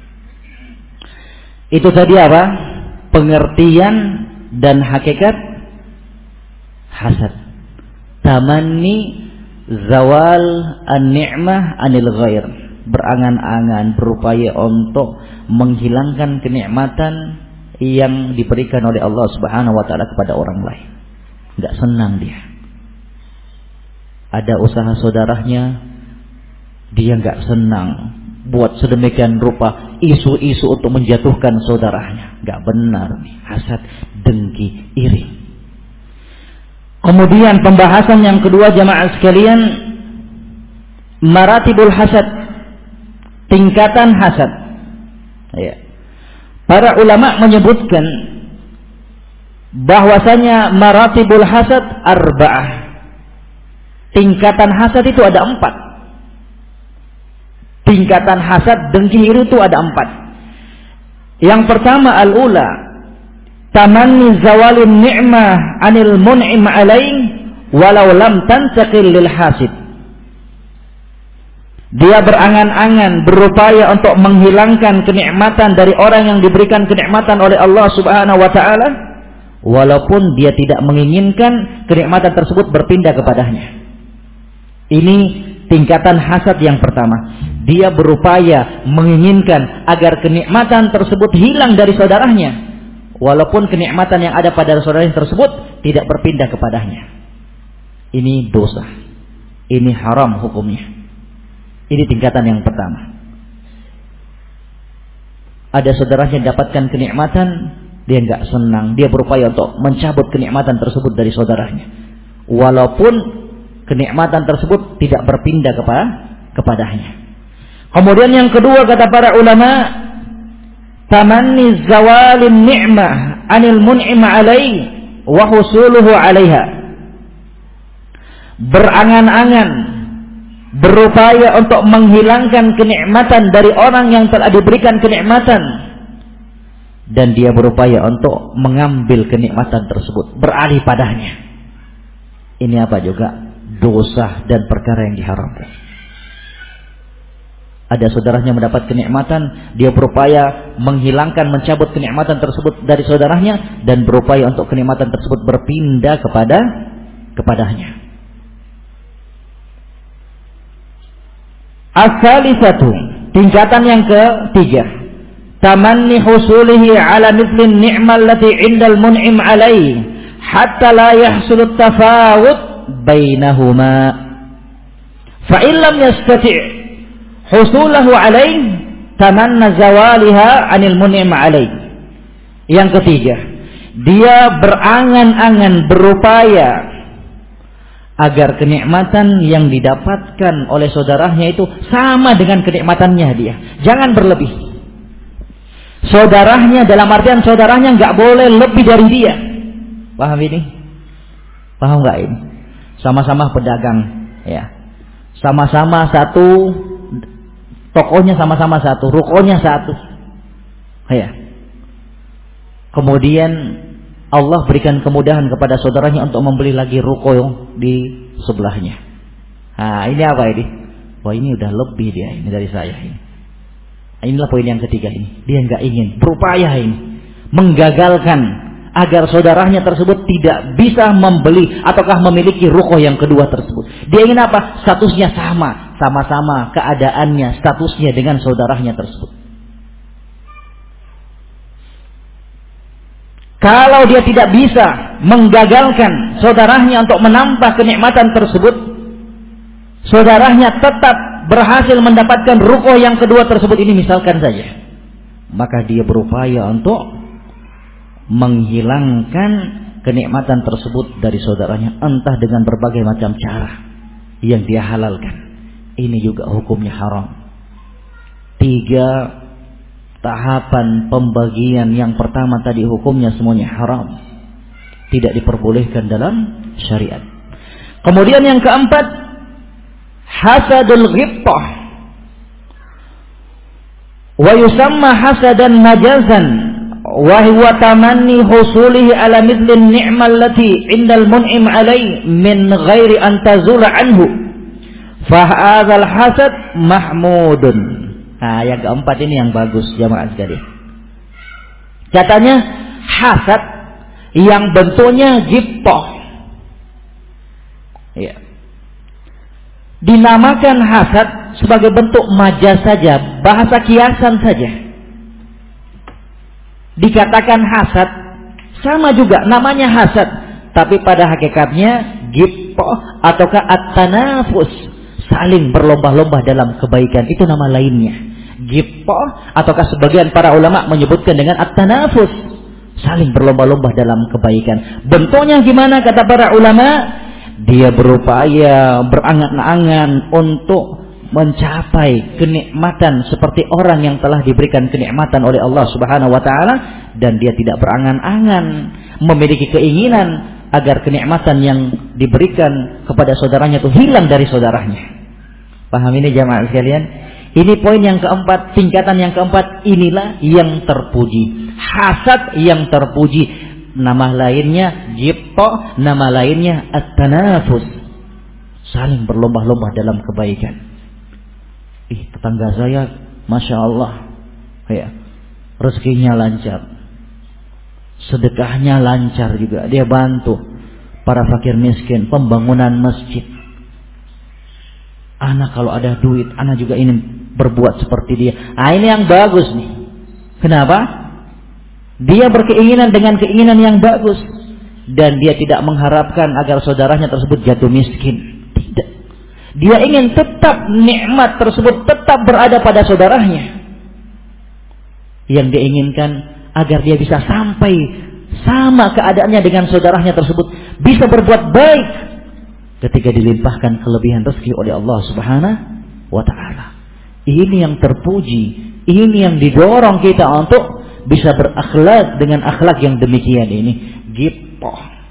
Itu tadi apa? Pengertian dan hakikat hasad. Tamanni zawal an-ni'mah anil ghair. Berangan-angan, berupaya untuk menghilangkan kenikmatan yang diberikan oleh Allah Subhanahu wa taala kepada orang lain. Enggak senang dia. Ada usaha saudaranya, dia nggak senang, buat sedemikian rupa isu-isu untuk menjatuhkan saudaranya. Nggak benar nih, hasad, dengki, iri. Kemudian pembahasan yang kedua jamaah sekalian, maratibul hasad, tingkatan hasad. Ya. Para ulama menyebutkan bahwasanya maratibul hasad arba'ah. Tingkatan hasad itu ada empat. Tingkatan hasad, dengki, iri itu ada empat. Yang pertama al-ula, tamanni zawalin ni'mah anil mun'im alaih walau lam tantaqil lil hasid. Dia berangan-angan, berupaya untuk menghilangkan kenikmatan dari orang yang diberikan kenikmatan oleh Allah Subhanahu wa taala, walaupun dia tidak menginginkan kenikmatan tersebut berpindah kepadanya. Ini tingkatan hasad yang pertama. Dia berupaya menginginkan agar kenikmatan tersebut hilang dari saudaranya, walaupun kenikmatan yang ada pada saudaranya tersebut tidak berpindah kepadanya. Ini dosa. Ini haram hukumnya. Ini tingkatan yang pertama. Ada saudaranya dapatkan kenikmatan, dia enggak senang, dia berupaya untuk mencabut kenikmatan tersebut dari saudaranya, walaupun kenikmatan tersebut tidak berpindah kepada kepadanya. Kemudian yang kedua kata para ulama, tamanni zawalin ni'mah anil mun'im alaih wa husuluhu alaiha. Berangan-angan, berupaya untuk menghilangkan kenikmatan dari orang yang telah diberikan kenikmatan, dan dia berupaya untuk mengambil kenikmatan tersebut, beralih padanya. Ini apa juga? Dosa dan perkara yang diharamkan. Ada saudaranya mendapat kenikmatan, dia berupaya menghilangkan, mencabut kenikmatan tersebut dari saudaranya, dan berupaya untuk kenikmatan tersebut berpindah kepada kepadanya. As-salisatu, tingkatan yang ketiga, tamanni husulihi ala mithlin ni'mal lati 'indal mun'im alaih hatta la yahsulut tafawut bainahuma. Fa in lam yastati' husulahu alaih tamanna zawaliha 'anil mun'im alaih. Yang ketiga, dia berangan-angan, berupaya agar kenikmatan yang didapatkan oleh saudaranya itu sama dengan kenikmatannya dia. Jangan berlebih. Saudaranya dalam artian saudaranya nggak boleh lebih dari dia. Paham ini? Paham nggak ini? Sama-sama pedagang, ya. Sama-sama satu, tokonya sama-sama satu, rukonya satu, ya. Kemudian Allah berikan kemudahan kepada saudaranya untuk membeli lagi ruko di sebelahnya. Nah, ini apa ini? Wah, ini udah lebih dia ini dari saya ini. Inilah poin yang ketiga ini. Dia nggak ingin, berupaya ini menggagalkan agar saudaranya tersebut tidak bisa membeli ataukah memiliki ruko yang kedua tersebut. Dia ingin apa? Statusnya sama, sama-sama keadaannya, statusnya dengan saudaranya tersebut. Kalau dia tidak bisa menggagalkan saudaranya untuk menambah kenikmatan tersebut, saudaranya tetap berhasil mendapatkan ruko yang kedua tersebut ini misalkan saja, maka dia berupaya untuk menghilangkan kenikmatan tersebut dari saudaranya, entah dengan berbagai macam cara yang dia halalkan. Ini juga hukumnya haram. Tiga tahapan pembagian yang pertama tadi hukumnya semuanya haram, tidak diperbolehkan dalam syariat. Kemudian yang keempat, hasadul ghibtah, wa yusamma hasadan majazan, wa huwa tamanni husulihi ala mithlin ni'mal lati 'indal mun'im alai min ghairi an tazula anhu, fa hadzal hasad mahmudun. Nah, yang keempat ini yang bagus jamaah sekalian. Katanya hasad yang bentuknya ghibtah. Ya. Dinamakan hasad sebagai bentuk majaz saja, bahasa kiasan saja. Dikatakan hasad sama juga namanya hasad, tapi pada hakikatnya ghibtah ataukah at-tanafus, saling berlomba-lomba dalam kebaikan, itu nama lainnya. Ghibtah ataukah sebagian para ulama menyebutkan dengan at-tanafus, saling berlomba-lomba dalam kebaikan. Bentuknya gimana kata para ulama? Dia berupaya berangan-angan untuk mencapai kenikmatan seperti orang yang telah diberikan kenikmatan oleh Allah Subhanahu wa taala, dan dia tidak berangan-angan memiliki keinginan agar kenikmatan yang diberikan kepada saudaranya itu hilang dari saudaranya. Paham ini jamaah sekalian? Ini poin yang keempat, tingkatan yang keempat, inilah yang terpuji. Hasad yang terpuji. Nama lainnya jibta, nama lainnya at-tanafus. Saling berlomba-lomba dalam kebaikan. Ih, tetangga saya, Masya Allah, ya, rezekinya lancar, sedekahnya lancar juga. Dia bantu para fakir miskin, pembangunan masjid. Anak kalau ada duit, anak juga ingin berbuat seperti dia. Ah, ini yang bagus nih. Kenapa? Dia berkeinginan dengan keinginan yang bagus, dan dia tidak mengharapkan agar saudaranya tersebut jatuh miskin. Tidak. Dia ingin tetap nikmat tersebut tetap berada pada saudaranya. Yang dia inginkan agar dia bisa sampai sama keadaannya dengan saudaranya tersebut, bisa berbuat baik ketika dilimpahkan kelebihan rezeki oleh Allah Subhanahu wa taala. Ini yang terpuji, ini yang didorong kita untuk bisa berakhlak dengan akhlak yang demikian ini. Gitu.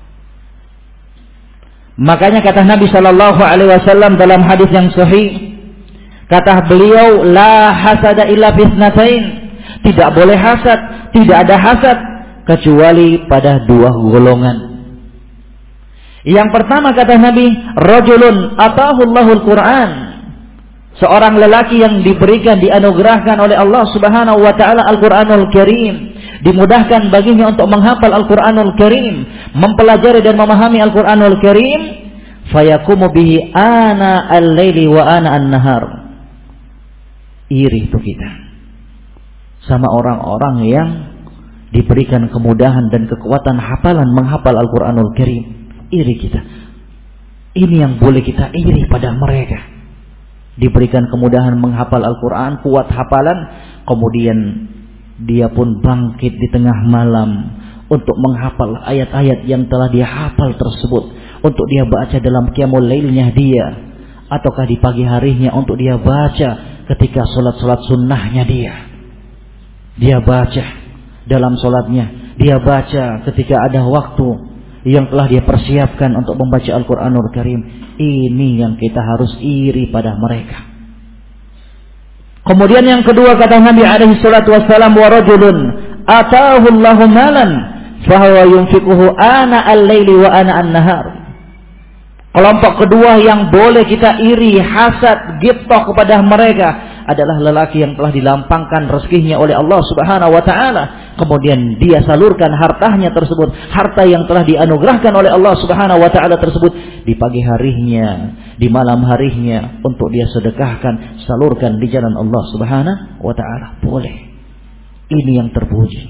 Makanya kata Nabi sallallahu alaihi wasallam dalam hadis yang sahih, kata beliau, la hasada illa fitnatain. Tidak boleh hasad, tidak ada hasad kecuali pada dua golongan. Yang pertama kata Nabi, rajulun atahu Allahul Quran. Seorang lelaki yang diberikan, dianugerahkan oleh Allah Subhanahu wa taala Al-Qur'anul Karim, dimudahkan baginya untuk menghafal Al-Qur'anul Karim, mempelajari dan memahami Al-Qur'anul Karim, fayakumu bihi ana al-laili wa ana an-nahar. Iri itu kita sama orang-orang yang diberikan kemudahan dan kekuatan hafalan menghafal Al-Qur'anul Karim. Iri kita. Ini yang boleh kita iri pada mereka. Diberikan kemudahan menghafal Al-Quran, kuat hafalan, kemudian dia pun bangkit di tengah malam untuk menghafal ayat-ayat yang telah dia hafal tersebut, untuk dia baca dalam qiyamul lailnya dia, ataukah di pagi harinya untuk dia baca ketika sholat-sholat sunnahnya dia. Dia baca dalam sholatnya, dia baca ketika ada waktu yang telah dia persiapkan untuk membaca Al-Quranul Karim. Ini yang kita harus iri pada mereka. Kemudian yang kedua kata Nabi alaihi salatu wassalam, wa rajulun ataahu Allahu malan fahuwa yunfiquhu ana al-laili wa ana an-nahar. Kelompok kedua yang boleh kita iri, hasad, ghibthah kepada mereka adalah lelaki yang telah dilampangkan rezekinya oleh Allah Subhanahu wa taala, kemudian dia salurkan hartanya tersebut, harta yang telah dianugerahkan oleh Allah Subhanahu wa taala tersebut di pagi harinya, di malam harinya untuk dia sedekahkan, salurkan di jalan Allah Subhanahu wa taala. Boleh. Ini yang terpuji.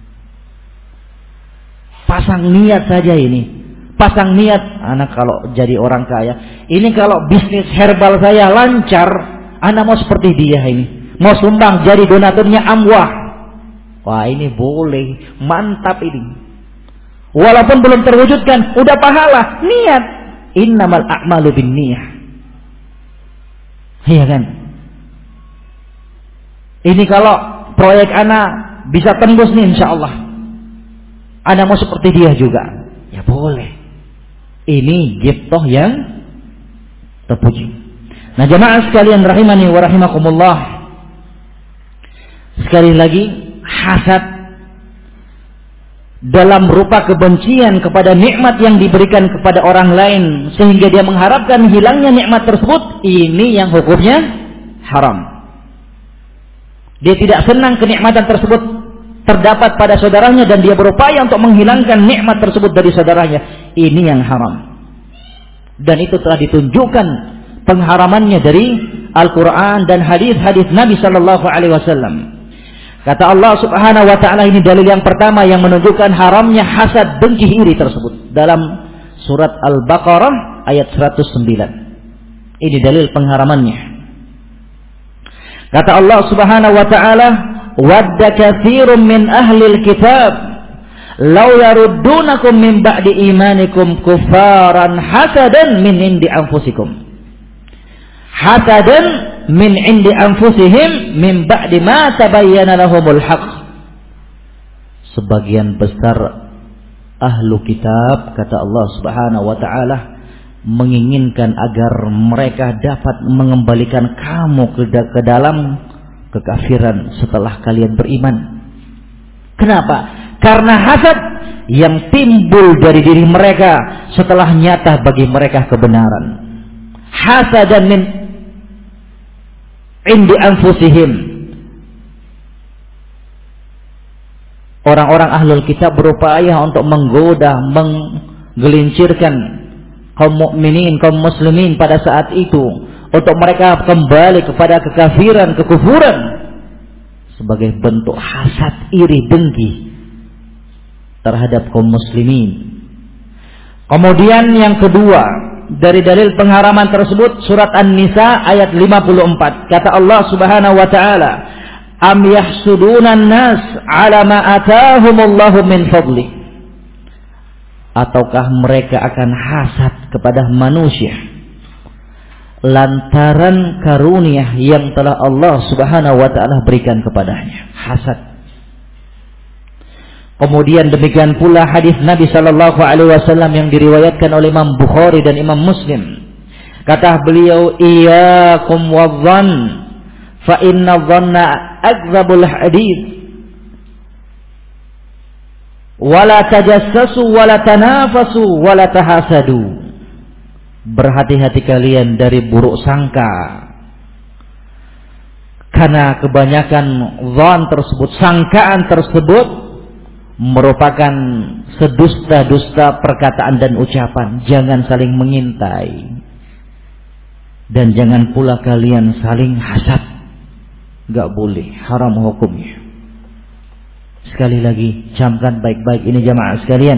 Pasang niat saja ini. Pasang niat, anak kalau jadi orang kaya, ini kalau bisnis herbal saya lancar, anak mau seperti dia ini. Mau sumbang jadi donaturnya Amwah. Wah, ini boleh. Mantap ini. Walaupun belum terwujudkan, udah pahala. Niat. Innamal a'malu binniyah. Iya kan? Ini kalau proyek anak bisa tembus nih insyaallah. Anak mau seperti dia juga. Ya boleh. Ini ghibthah yang terpuji. Nah, jemaah sekalian rahimani wa rahimakumullah. Sekali lagi, hasad dalam rupa kebencian kepada nikmat yang diberikan kepada orang lain sehingga dia mengharapkan hilangnya nikmat tersebut, ini yang hukumnya haram. Dia tidak senang kenikmatan tersebut terdapat pada saudaranya dan dia berupaya untuk menghilangkan nikmat tersebut dari saudaranya. Ini yang haram. Dan itu telah ditunjukkan pengharamannya dari Al-Quran dan hadis-hadis Nabi Sallallahu Alaihi Wasallam. Kata Allah Subhanahu Wa Taala, ini dalil yang pertama yang menunjukkan haramnya hasad, dengki, iri tersebut dalam surat Al-Baqarah ayat seratus sembilan. Ini dalil pengharamannya. Kata Allah Subhanahu Wa Taala, wadda katsirun min ahlil kitab law yaruddunakum min ba'di imanikum kufaran hasadan min indi anfusikum hasadan min indi anfusihim min ba'di ma tabayyana lahumul haqq. Sebagian besar ahlu kitab, kata Allah Subhanahu wa taala, menginginkan agar mereka dapat mengembalikan kamu ke, ke dalam kekafiran setelah kalian beriman. Kenapa? Karena hasad yang timbul dari diri mereka setelah nyata bagi mereka kebenaran. Hasadan min indi anfusihim. Orang-orang ahlul kitab berupaya untuk menggoda, menggelincirkan kaum mukminin, kaum muslimin pada saat itu untuk mereka kembali kepada kekafiran, kekufuran sebagai bentuk hasad, iri, dengki terhadap kaum muslimin. Kemudian yang kedua, dari dalil pengharaman tersebut surat An-Nisa ayat lima puluh empat. Kata Allah Subhanahu wa taala, "Am yahsuduna an-nas 'ala ma ataahumullahu min fadli." Ataukah mereka akan hasad kepada manusia lantaran karunia yang telah Allah Subhanahu wa taala berikan kepadanya? Hasad. Kemudian demikian pula hadis Nabi sallallahu alaihi wasallam yang diriwayatkan oleh Imam Bukhari dan Imam Muslim. Kata beliau, "Iyyakum wadh-dhann fa inna dhanna akdzabul hadits. Wala tajassasu wala tanafasu wala tahasadu." Berhati-hati kalian dari buruk sangka, karena kebanyakan zon tersebut, sangkaan tersebut merupakan sedusta-dusta perkataan dan ucapan. Jangan saling mengintai, dan jangan pula kalian saling hasad. Gak boleh, haram hukumnya. Sekali lagi, camkan baik-baik ini jamaah sekalian,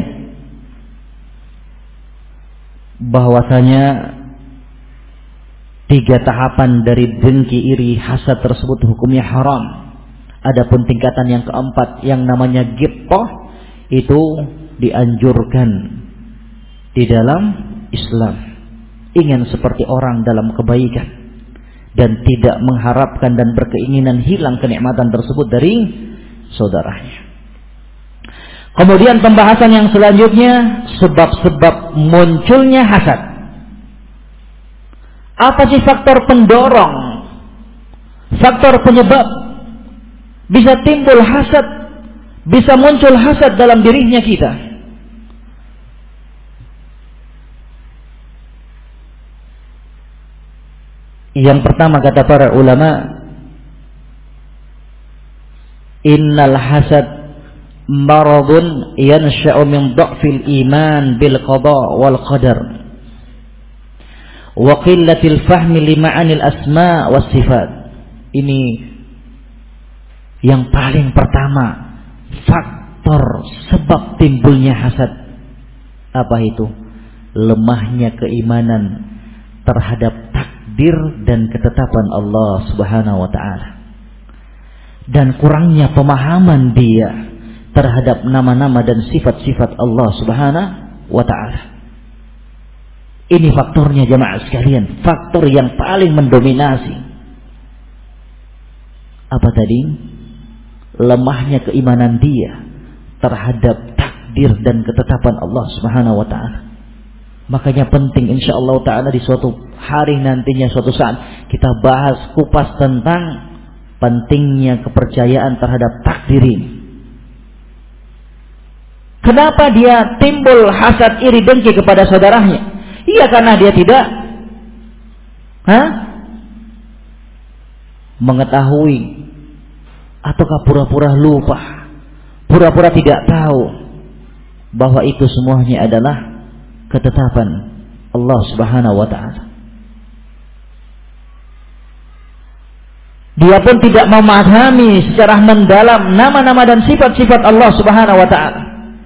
bahwasanya tiga tahapan dari dengki, iri, hasad tersebut hukumnya haram. Adapun tingkatan yang keempat yang namanya ghibthah itu dianjurkan di dalam Islam. Ingin seperti orang dalam kebaikan dan tidak mengharapkan dan berkeinginan hilang kenikmatan tersebut dari saudaranya. Kemudian pembahasan yang selanjutnya, sebab-sebab munculnya hasad. Apa sih faktor pendorong, faktor penyebab bisa timbul hasad, bisa muncul hasad dalam dirinya kita? Yang pertama kata para ulama, innal hasad maradun yansha'u min dha'fil iman bil qada wal qadar wa qillatil fahmi li ma'anil asma was sifat. Ini yang paling pertama, faktor sebab timbulnya hasad. Apa itu? Lemahnya keimanan terhadap takdir dan ketetapan Allah Subhanahu wa taala, dan kurangnya pemahaman dia terhadap nama-nama dan sifat-sifat Allah Subhanahu wa taala. Ini faktornya jamaah sekalian, faktor yang paling mendominasi. Apa tadi? Lemahnya keimanan dia terhadap takdir dan ketetapan Allah Subhanahu wa taala. Makanya penting insyaallah taala di suatu hari nantinya, suatu saat kita bahas kupas tentang pentingnya kepercayaan terhadap takdir ini. Kenapa dia timbul hasad, iri, dengki kepada saudaranya? Iya, karena dia tidak Hah? mengetahui, ataukah pura-pura lupa, pura-pura tidak tahu bahwa itu semuanya adalah ketetapan Allah Subhanahu wa taala. Dia pun tidak memahami secara mendalam nama-nama dan sifat-sifat Allah Subhanahu wa taala.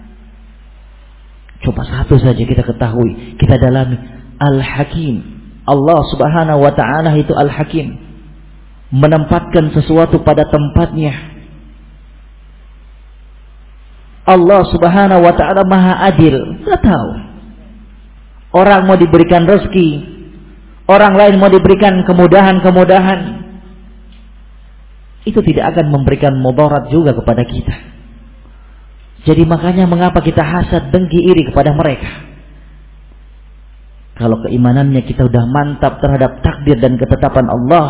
Coba satu saja kita ketahui, kita dalami, Al-Hakim. Allah Subhanahu wa taala itu Al-Hakim, menempatkan sesuatu pada tempatnya. Allah Subhanahu wa taala Maha Adil. Enggak tahu. Orang mau diberikan rezeki, orang lain mau diberikan kemudahan-kemudahan, itu tidak akan memberikan mudarat juga kepada kita. Jadi makanya mengapa kita hasad, dengki, iri kepada mereka? Kalau keimanannya kita sudah mantap terhadap takdir dan ketetapan Allah,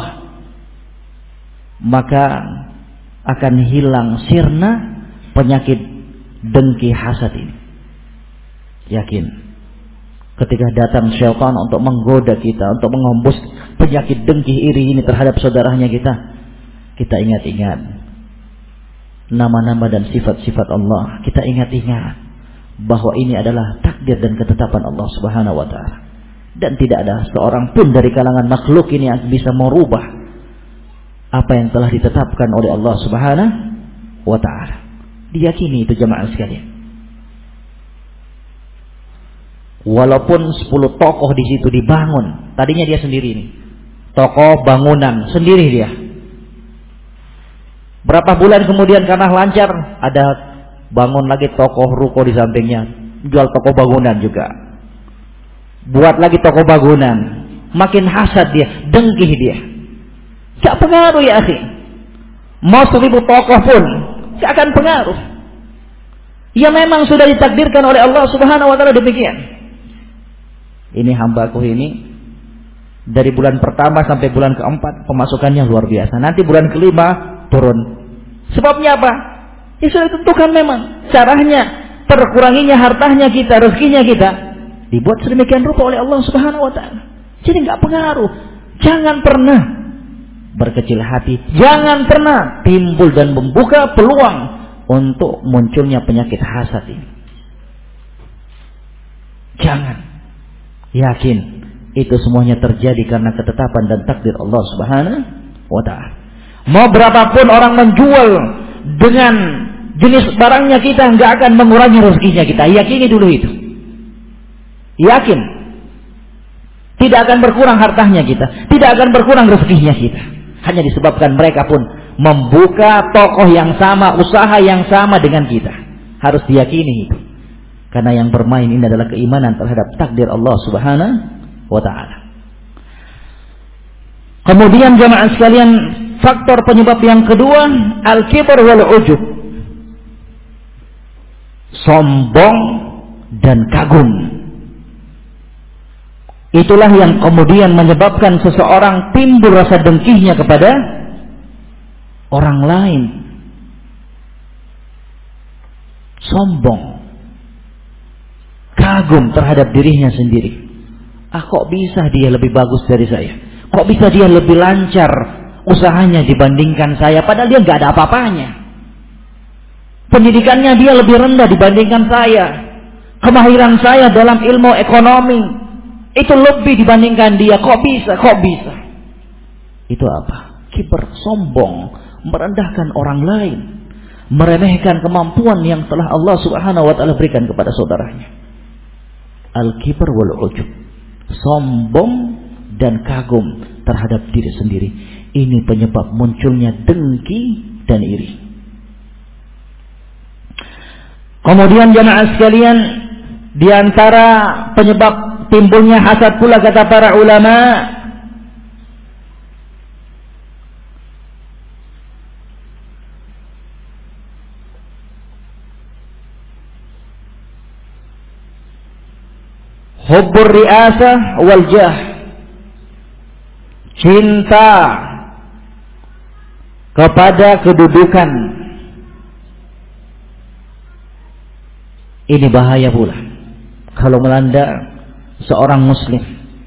maka akan hilang sirna penyakit dengki hasad ini. Yakin. Ketika datang syaitan untuk menggoda kita, untuk menghembus penyakit dengki iri ini terhadap saudaranya kita, kita ingat-ingat nama-nama dan sifat-sifat Allah. Kita ingat-ingat bahwa ini adalah takdir dan ketetapan Allah Subhanahu wa taala. Dan tidak ada seorang pun dari kalangan makhluk ini yang bisa merubah apa yang telah ditetapkan oleh Allah Subhanahu wa taala. Diyakini itu jemaah sekalian. Walaupun sepuluh tokoh di situ dibangun, tadinya dia sendiri nih. Tokoh bangunan sendiri dia. Berapa bulan kemudian karena lancar, ada bangun lagi tokoh ruko di sampingnya, jual tokoh bangunan juga. Buat lagi toko bangunan, makin hasad dia, dengki dia. Gak pengaruh ya akhi. Mau seribu tokoh pun gak akan pengaruh. Ya memang sudah ditakdirkan oleh Allah Subhanahu wa taala demikian. Ini hambaku ini dari bulan pertama sampai bulan keempat pemasukannya luar biasa. Nanti bulan kelima turun. Sebabnya apa? Ya sudah ditentukan memang. Caranya terkuranginya hartanya kita, rezekinya kita, dibuat sedemikian rupa oleh Allah Subhanahu wa taala. Jadi enggak pengaruh. Jangan pernah berkecil hati, jangan pernah timbul dan membuka peluang untuk munculnya penyakit hasad ini. Jangan. Yakin itu semuanya terjadi karena ketetapan dan takdir Allah Subhanahu wa taala. Mau berapapun orang menjual dengan jenis barangnya, kita enggak akan mengurangi rezekinya kita. Yakini dulu itu. Yakin tidak akan berkurang hartanya kita, tidak akan berkurang rezekinya kita, hanya disebabkan mereka pun membuka tokoh yang sama, usaha yang sama dengan kita. Harus diyakini itu, karena yang bermain ini adalah keimanan terhadap takdir Allah Subhanahu wa taala. Kemudian jemaah sekalian, faktor penyebab yang kedua, al-kibr wal ujub, sombong dan kagum. Itulah yang kemudian menyebabkan seseorang timbul rasa dengkinya kepada orang lain. Sombong, kagum terhadap dirinya sendiri. Ah, kok bisa dia lebih bagus dari saya? Kok bisa dia lebih lancar usahanya dibandingkan saya? Padahal dia nggak ada apa-apanya. Pendidikannya dia lebih rendah dibandingkan saya. Kemahiran saya dalam ilmu ekonomi itu lebih dibandingkan dia. Kok bisa? Kok bisa? Itu apa? Kibar, sombong, merendahkan orang lain, meremehkan kemampuan yang telah Allah Subhanahu wa taala berikan kepada saudaranya. Al-kibar wal ujub, sombong dan kagum terhadap diri sendiri. Ini penyebab munculnya dengki dan iri. Kemudian jemaah sekalian, di antara penyebab timbulnya hasad pula kata para ulama, hubbur riasah wal jah, cinta kepada kedudukan. Ini bahaya pula kalau melanda seorang muslim.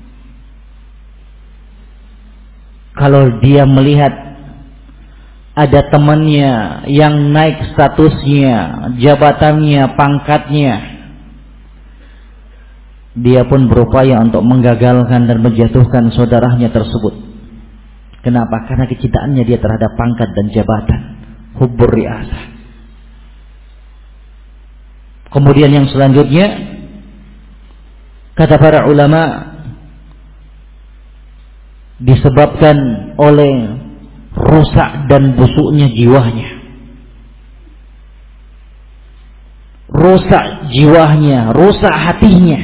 Kalau dia melihat ada temannya yang naik statusnya, jabatannya, pangkatnya, dia pun berupaya untuk menggagalkan dan menjatuhkan saudaranya tersebut. Kenapa? Karena kecintaannya dia terhadap pangkat dan jabatan. Hubbur riasah. Kemudian yang selanjutnya, kata para ulama, disebabkan oleh rusak dan busuknya jiwanya. Rusak jiwanya, rusak hatinya.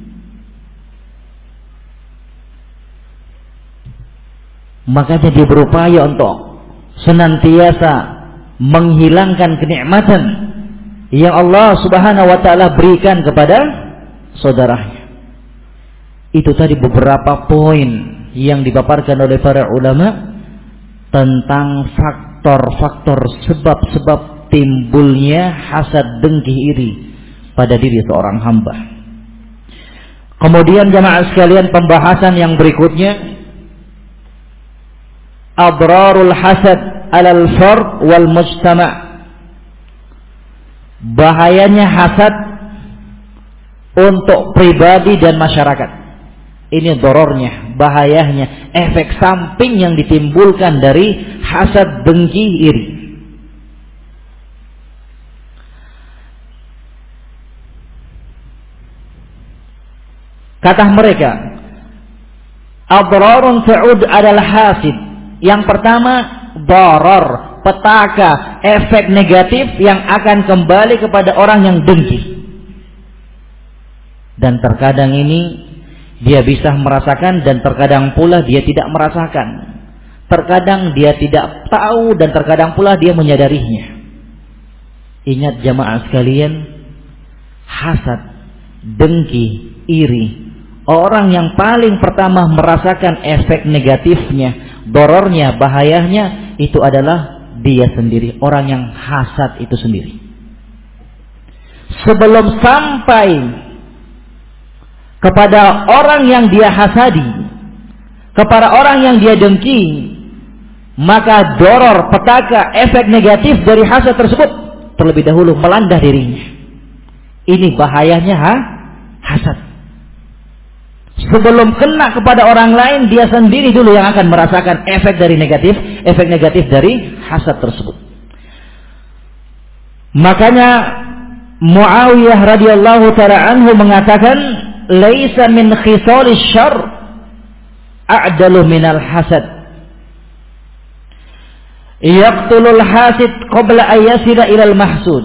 Makanya dia berupaya untuk senantiasa menghilangkan kenikmatan yang Allah Subhanahu wa taala berikan kepada saudaranya. Itu tadi beberapa poin yang dipaparkan oleh para ulama tentang faktor-faktor sebab-sebab timbulnya hasad, dengki, iri pada diri seorang hamba. Kemudian jamaah sekalian, pembahasan yang berikutnya, adrarul hasad alal fard wal mujtama'. Bahayanya hasad untuk pribadi dan masyarakat. Ini dorornya, bahayanya, efek samping yang ditimbulkan dari hasad, dengki, iri. Kata mereka, adrarun ta'ud adalah hasid. Yang pertama, doror, petaka, efek negatif yang akan kembali kepada orang yang dengki. Dan terkadang ini dia bisa merasakan dan terkadang pula dia tidak merasakan. Terkadang dia tidak tahu dan terkadang pula dia menyadarinya. Ingat jamaah sekalian, hasad, dengki, iri, orang yang paling pertama merasakan efek negatifnya, dorornya, bahayanya, itu adalah dia sendiri, orang yang hasad itu sendiri. Sebelum sampai kepada orang yang dia hasadi, kepada orang yang dia dengki, maka doror, petaka, efek negatif dari hasad tersebut terlebih dahulu melanda dirinya. Ini bahayanya ha? hasad. Sebelum kena kepada orang lain, dia sendiri dulu yang akan merasakan efek dari negatif, efek negatif dari hasad tersebut. Makanya Muawiyah radhiyallahu ta'ala anhu mengatakan, laisa min khisalis syarr a'dalu minal hasad. Yaqtulul hasid qabla ayyasira ilal mahsud.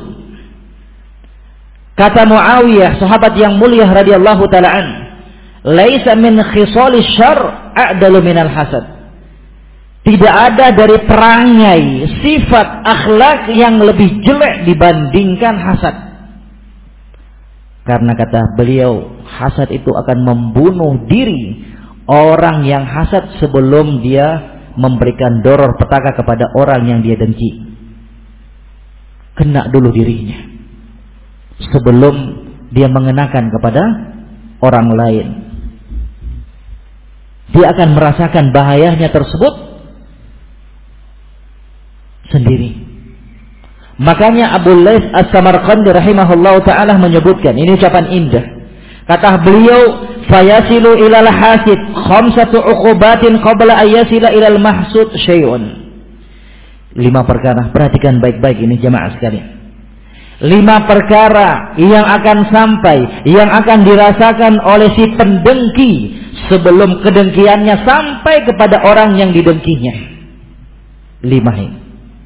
Kata Muawiyah, sahabat yang mulia radhiyallahu ta'ala an, laisa min khisalis syarr a'dalu minal hasad. Tidak ada dari perangai, sifat, akhlak yang lebih jelek dibandingkan hasad. Karena kata beliau, hasad itu akan membunuh diri orang yang hasad sebelum dia memberikan doror, petaka kepada orang yang dia dengki. Kena dulu dirinya sebelum dia mengenakan kepada orang lain. Dia akan merasakan bahayanya tersebut sendiri. Makanya Abu Lais As-Samarqandi rahimahullahu ta'ala menyebutkan, ini ucapan indah. Kata beliau, fayasilu ilal hasid khamsatu uqubatin qabla ayasila ilal mahsud syai'un. Lima perkara, perhatikan baik-baik ini jemaah sekalian. Lima perkara yang akan sampai, yang akan dirasakan oleh si pendengki sebelum kedengkiannya sampai kepada orang yang didengkinya. Lima ini.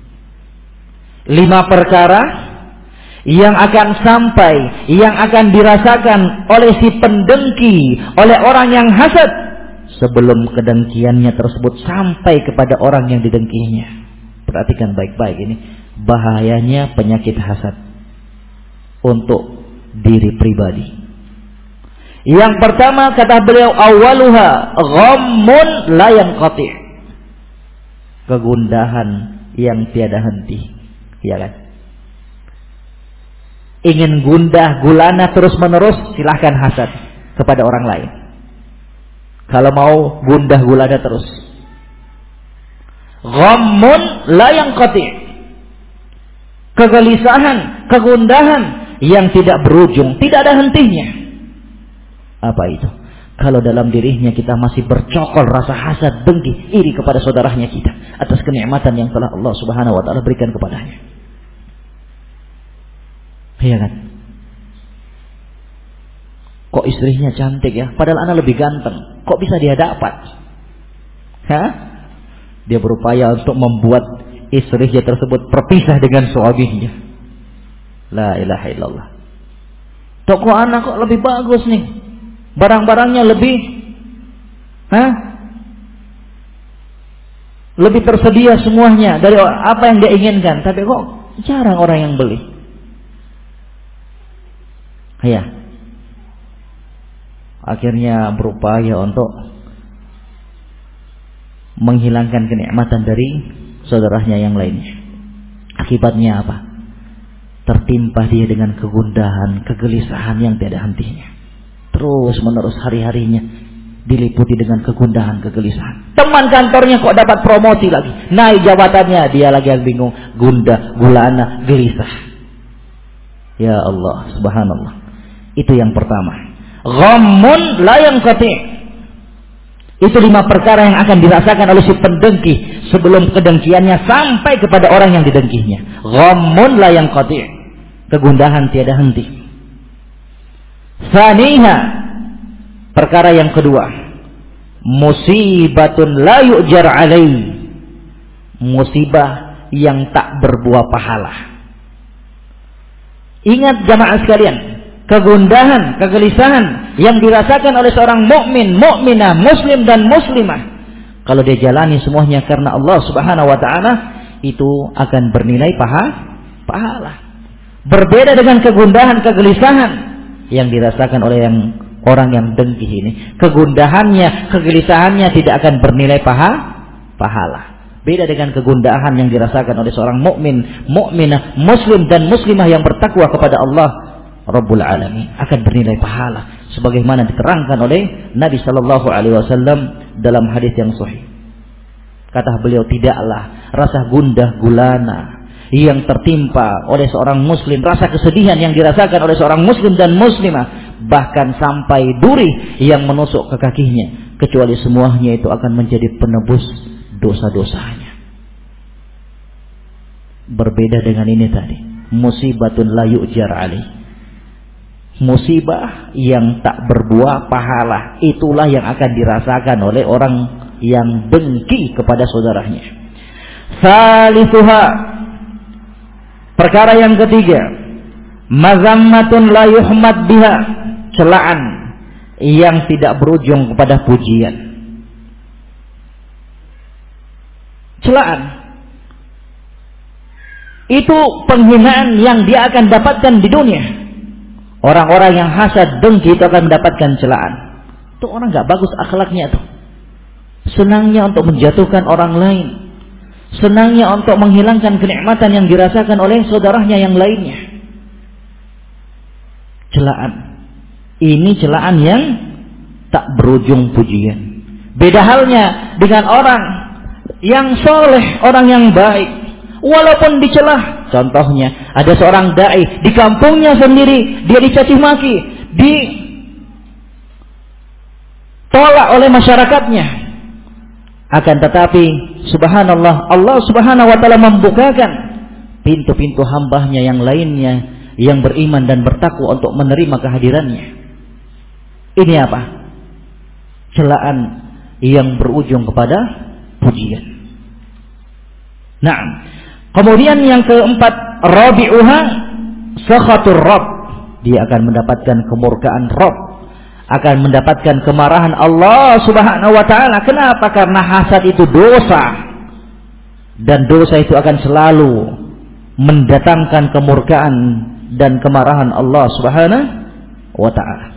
Lima perkara yang akan sampai, yang akan dirasakan oleh si pendengki, oleh orang yang hasad sebelum kedengkiannya tersebut sampai kepada orang yang didengkinya. Perhatikan baik-baik ini, bahayanya penyakit hasad untuk diri pribadi. Yang pertama kata beliau, awaluha ghammun la yanqati'. Kegundahan yang tiada henti. Ya kan? Ingin gundah gulana terus menerus, silahkan hasad kepada orang lain. Kalau mau gundah gulana terus. Ghammun la yanqati'. Kegelisahan, kegundahan yang tidak berujung, tidak ada hentinya. Apa itu? Kalau dalam dirinya kita masih bercokol rasa hasad, dengki, iri kepada saudaranya kita atas kenikmatan yang telah Allah Subhanahu wa taala berikan kepadanya. Iya kan? Kok istrinya cantik ya? Padahal anak lebih ganteng. Kok bisa dia dapat? Hah? Dia berupaya untuk membuat istrinya tersebut berpisah dengan suaminya. La ilaha illallah. Toko anak kok lebih bagus nih. Barang-barangnya lebih hah? Lebih tersedia semuanya dari apa yang dia inginkan, tapi kok jarang orang yang beli. Ya. akhirnya berupaya untuk menghilangkan kenikmatan dari saudaranya yang lainnya. Akibatnya apa? Tertimpa dia dengan kegundahan, kegelisahan yang tiada hentinya. Terus menerus hari-harinya diliputi dengan kegundahan, kegelisahan. Teman kantornya kok dapat promosi lagi, naik jabatannya, dia lagi yang bingung, gundah, gulana, gelisah. Ya Allah, subhanallah. Itu yang pertama. Ghammun la yanqati'. Itu lima perkara yang akan dirasakan oleh si pendengki sebelum kedengkiannya sampai kepada orang yang didengkinya. Ghammun la yanqati'. Kegundahan tiada henti. Tsaniha, perkara yang kedua, musibatun la yu'jar 'alai. Musibah yang tak berbuah pahala. Ingat jamaah sekalian, kegundahan, kegelisahan yang dirasakan oleh seorang mukmin, mukminah, muslim dan muslimah, kalau dia jalani semuanya karena Allah Subhanahu wa taala, itu akan bernilai paha, pahala. Berbeda dengan kegundahan, kegelisahan yang dirasakan oleh yang orang yang dengki ini. Kegundahannya, kegelisahannya tidak akan bernilai paha, pahala. Beda dengan kegundahan yang dirasakan oleh seorang mukmin, mukminah, muslim dan muslimah yang bertakwa kepada Allah Rabbul Alamin, akan bernilai pahala sebagaimana diterangkan oleh Nabi sallallahu alaihi wasallam dalam hadis yang sahih. Kata beliau, tidaklah rasa gundah gulana yang tertimpa oleh seorang muslim, rasa kesedihan yang dirasakan oleh seorang muslim dan muslimah, bahkan sampai duri yang menusuk ke kakinya, kecuali semuanya itu akan menjadi penebus dosa-dosanya. Berbeda dengan ini tadi, musibatun la yu'jar 'alai. Musibah yang tak berbuah pahala, itulah yang akan dirasakan oleh orang yang dengki kepada saudaranya. Salisuha, perkara yang ketiga, mazammatun la yuhmad biha. Celaan yang tidak berujung kepada pujian. Celaan itu penghinaan yang dia akan dapatkan di dunia. Orang-orang yang hasad, dengki itu akan mendapatkan celaan. Itu orang gak bagus akhlaknya tuh. Senangnya untuk menjatuhkan orang lain, senangnya untuk menghilangkan kenikmatan yang dirasakan oleh saudaranya yang lainnya. Celaan ini celaan yang tak berujung pujian. Beda halnya dengan orang yang soleh, orang yang baik, walaupun dicelah. Contohnya, ada seorang dai di kampungnya sendiri, dia dicaci maki, ditolak oleh masyarakatnya. Akan tetapi, subhanallah, Allah subhanahu wa ta'ala membukakan pintu-pintu hambanya yang lainnya yang beriman dan bertakwa untuk menerima kehadirannya. Ini apa? Celaan yang berujung kepada pujian. Nah, kemudian yang keempat, rabi'uha sakhatur rabb. Dia akan mendapatkan kemurkaan Rabb, akan mendapatkan kemarahan Allah Subhanahu wa taala. Kenapa? Karena hasad itu dosa, dan dosa itu akan selalu mendatangkan kemurkaan dan kemarahan Allah Subhanahu wa taala.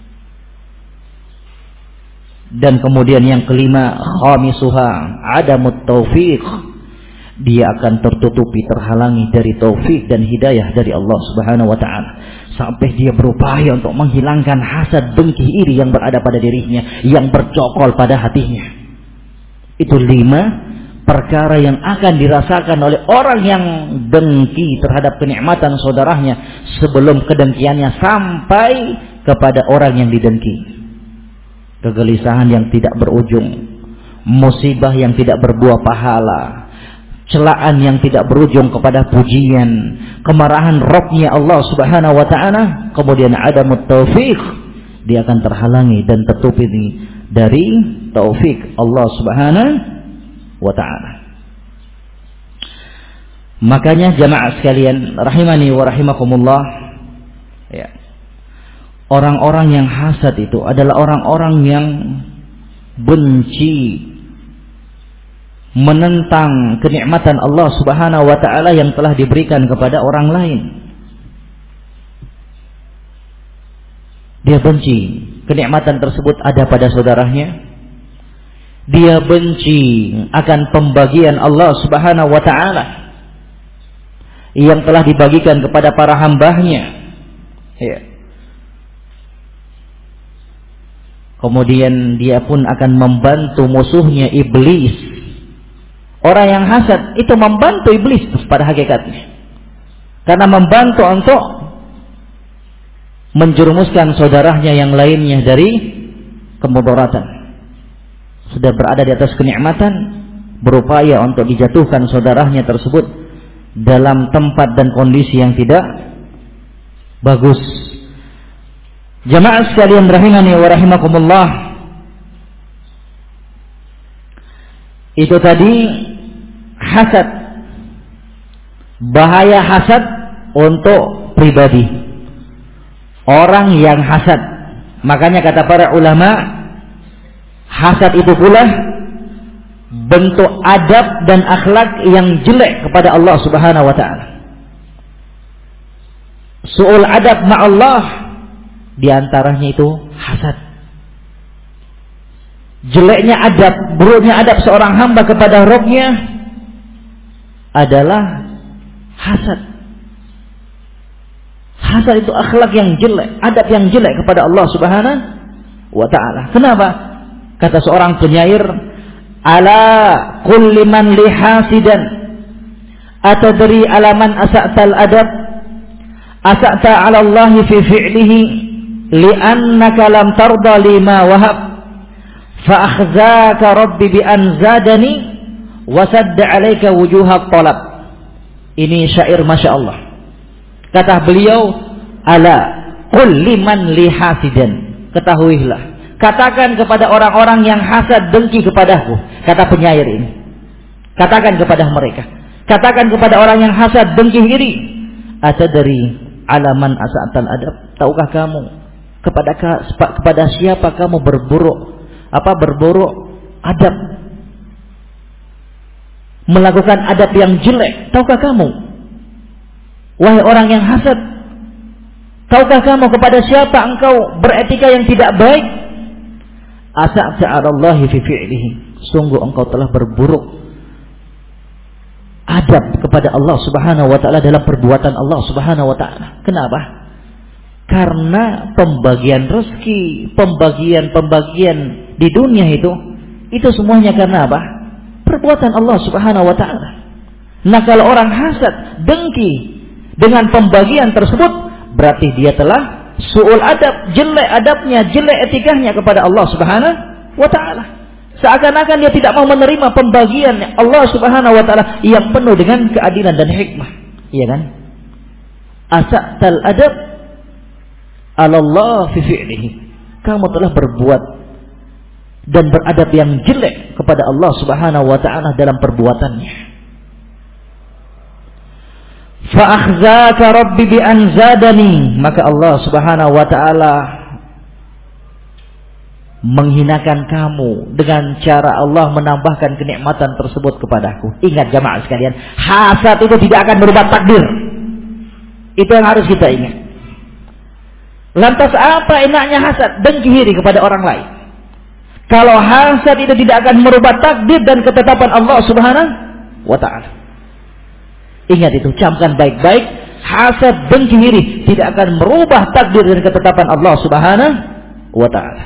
Dan kemudian yang kelima, khamisuha adamut taufiq. Dia akan tertutupi, terhalangi dari taufik dan hidayah dari Allah Subhanahu wa taala, sampai dia berupaya untuk menghilangkan hasad, dengki, iri yang berada pada dirinya, yang bercokol pada hatinya. Itu lima perkara yang akan dirasakan oleh orang yang dengki terhadap kenikmatan saudaranya sebelum kedengkiannya sampai kepada orang yang didengki. Kegelisahan yang tidak berujung, musibah yang tidak berbuah pahala, celaan yang tidak berujung kepada pujian, kemarahan Rabbnya Allah Subhanahu wa taala, kemudian adamut taufiq. Dia akan terhalangi dan tertutupi dari taufik Allah Subhanahu wa taala. Makanya jamaah sekalian rahimani wa rahimakumullah, ya, orang-orang yang hasad itu adalah orang-orang yang benci, menentang kenikmatan Allah Subhanahu wa taala yang telah diberikan kepada orang lain. Dia benci kenikmatan tersebut ada pada saudaranya. Dia benci akan pembagian Allah Subhanahu wa taala yang telah dibagikan kepada para hambanya. Ya. Kemudian dia pun akan membantu musuhnya iblis. Orang yang hasad itu membantu iblis pada hakikatnya. Karena membantu untuk menjerumuskan saudaranya yang lainnya dari kemudaratan. Sudah berada di atas kenikmatan, berupaya untuk dijatuhkan saudaranya tersebut dalam tempat dan kondisi yang tidak bagus. Jamaah sekalian rahimani wa rahimakumullah, itu tadi hasad, bahaya hasad untuk pribadi orang yang hasad. Makanya kata para ulama, hasad itu pula bentuk adab dan akhlak yang jelek kepada Allah Subhanahu wa taala. Su'ul adab ma'allah, di antaranya itu hasad. Jeleknya adab, buruknya adab seorang hamba kepada Rabb-nya adalah hasad. Hasad itu akhlak yang jelek, adab yang jelek kepada Allah Subhanahu wa taala. Kenapa? Kata seorang penyair, ala kulli man li hasidan atadri ala man asa'tal adab asa'ta ala Allah fi fi'lihi li'annaka lam tarda lima wahab fa akhzaka rabbi bi an zadani wa sadda alayka wujuhat talab. Ini syair Masya Allah. Kata beliau, ala kulli man li hasidan, ketahuilah, katakan kepada orang-orang yang hasad dengki kepadaku. Kata penyair ini, katakan kepada mereka, katakan kepada orang yang hasad dengki iri, atadri alaman asa'atal adab, tahukah kamu kepada kepada siapa kamu berburuk apa berburuk adab, melakukan adab yang jelek? Tahukah kamu, wahai orang yang hasad, tahukah kamu kepada siapa engkau beretika yang tidak baik? Asa'ta 'ala Allah fi fi'lihi, sungguh engkau telah berburuk adab kepada Allah Subhanahu wa taala dalam perbuatan Allah Subhanahu wa taala. Kenapa? Karena pembagian rezeki, pembagian-pembagian di dunia itu itu semuanya karena apa? Perbuatan Allah Subhanahu wa taala. Nah, kalau orang hasad, dengki dengan pembagian tersebut, berarti dia telah su'ul adab, jelek adabnya, jelek etikanya kepada Allah Subhanahu wa taala. Seakan-akan dia tidak mau menerima pembagian Allah Subhanahu wa taala yang penuh dengan keadilan dan hikmah. Iya kan? Asa'tal adab 'ala Allah fi fi'lihi. Kamu telah berbuat dan beradab yang jelek kepada Allah Subhanahu wa taala dalam perbuatannya. Fa akhzaka rabbi bi an zadani, maka Allah Subhanahu wa taala menghinakan kamu dengan cara Allah menambahkan kenikmatan tersebut kepadaku. Ingat jamaah sekalian, hasad itu tidak akan merubah takdir. Itu yang harus kita ingat. Lantas apa enaknya hasad? Dengki iri kepada orang lain. Kalau hasad itu tidak akan merubah takdir dan ketetapan Allah Subhanahu wa taala. Ingat itu, camkan baik-baik. Hasad, dengki iri tidak akan merubah takdir dan ketetapan Allah Subhanahu wa taala.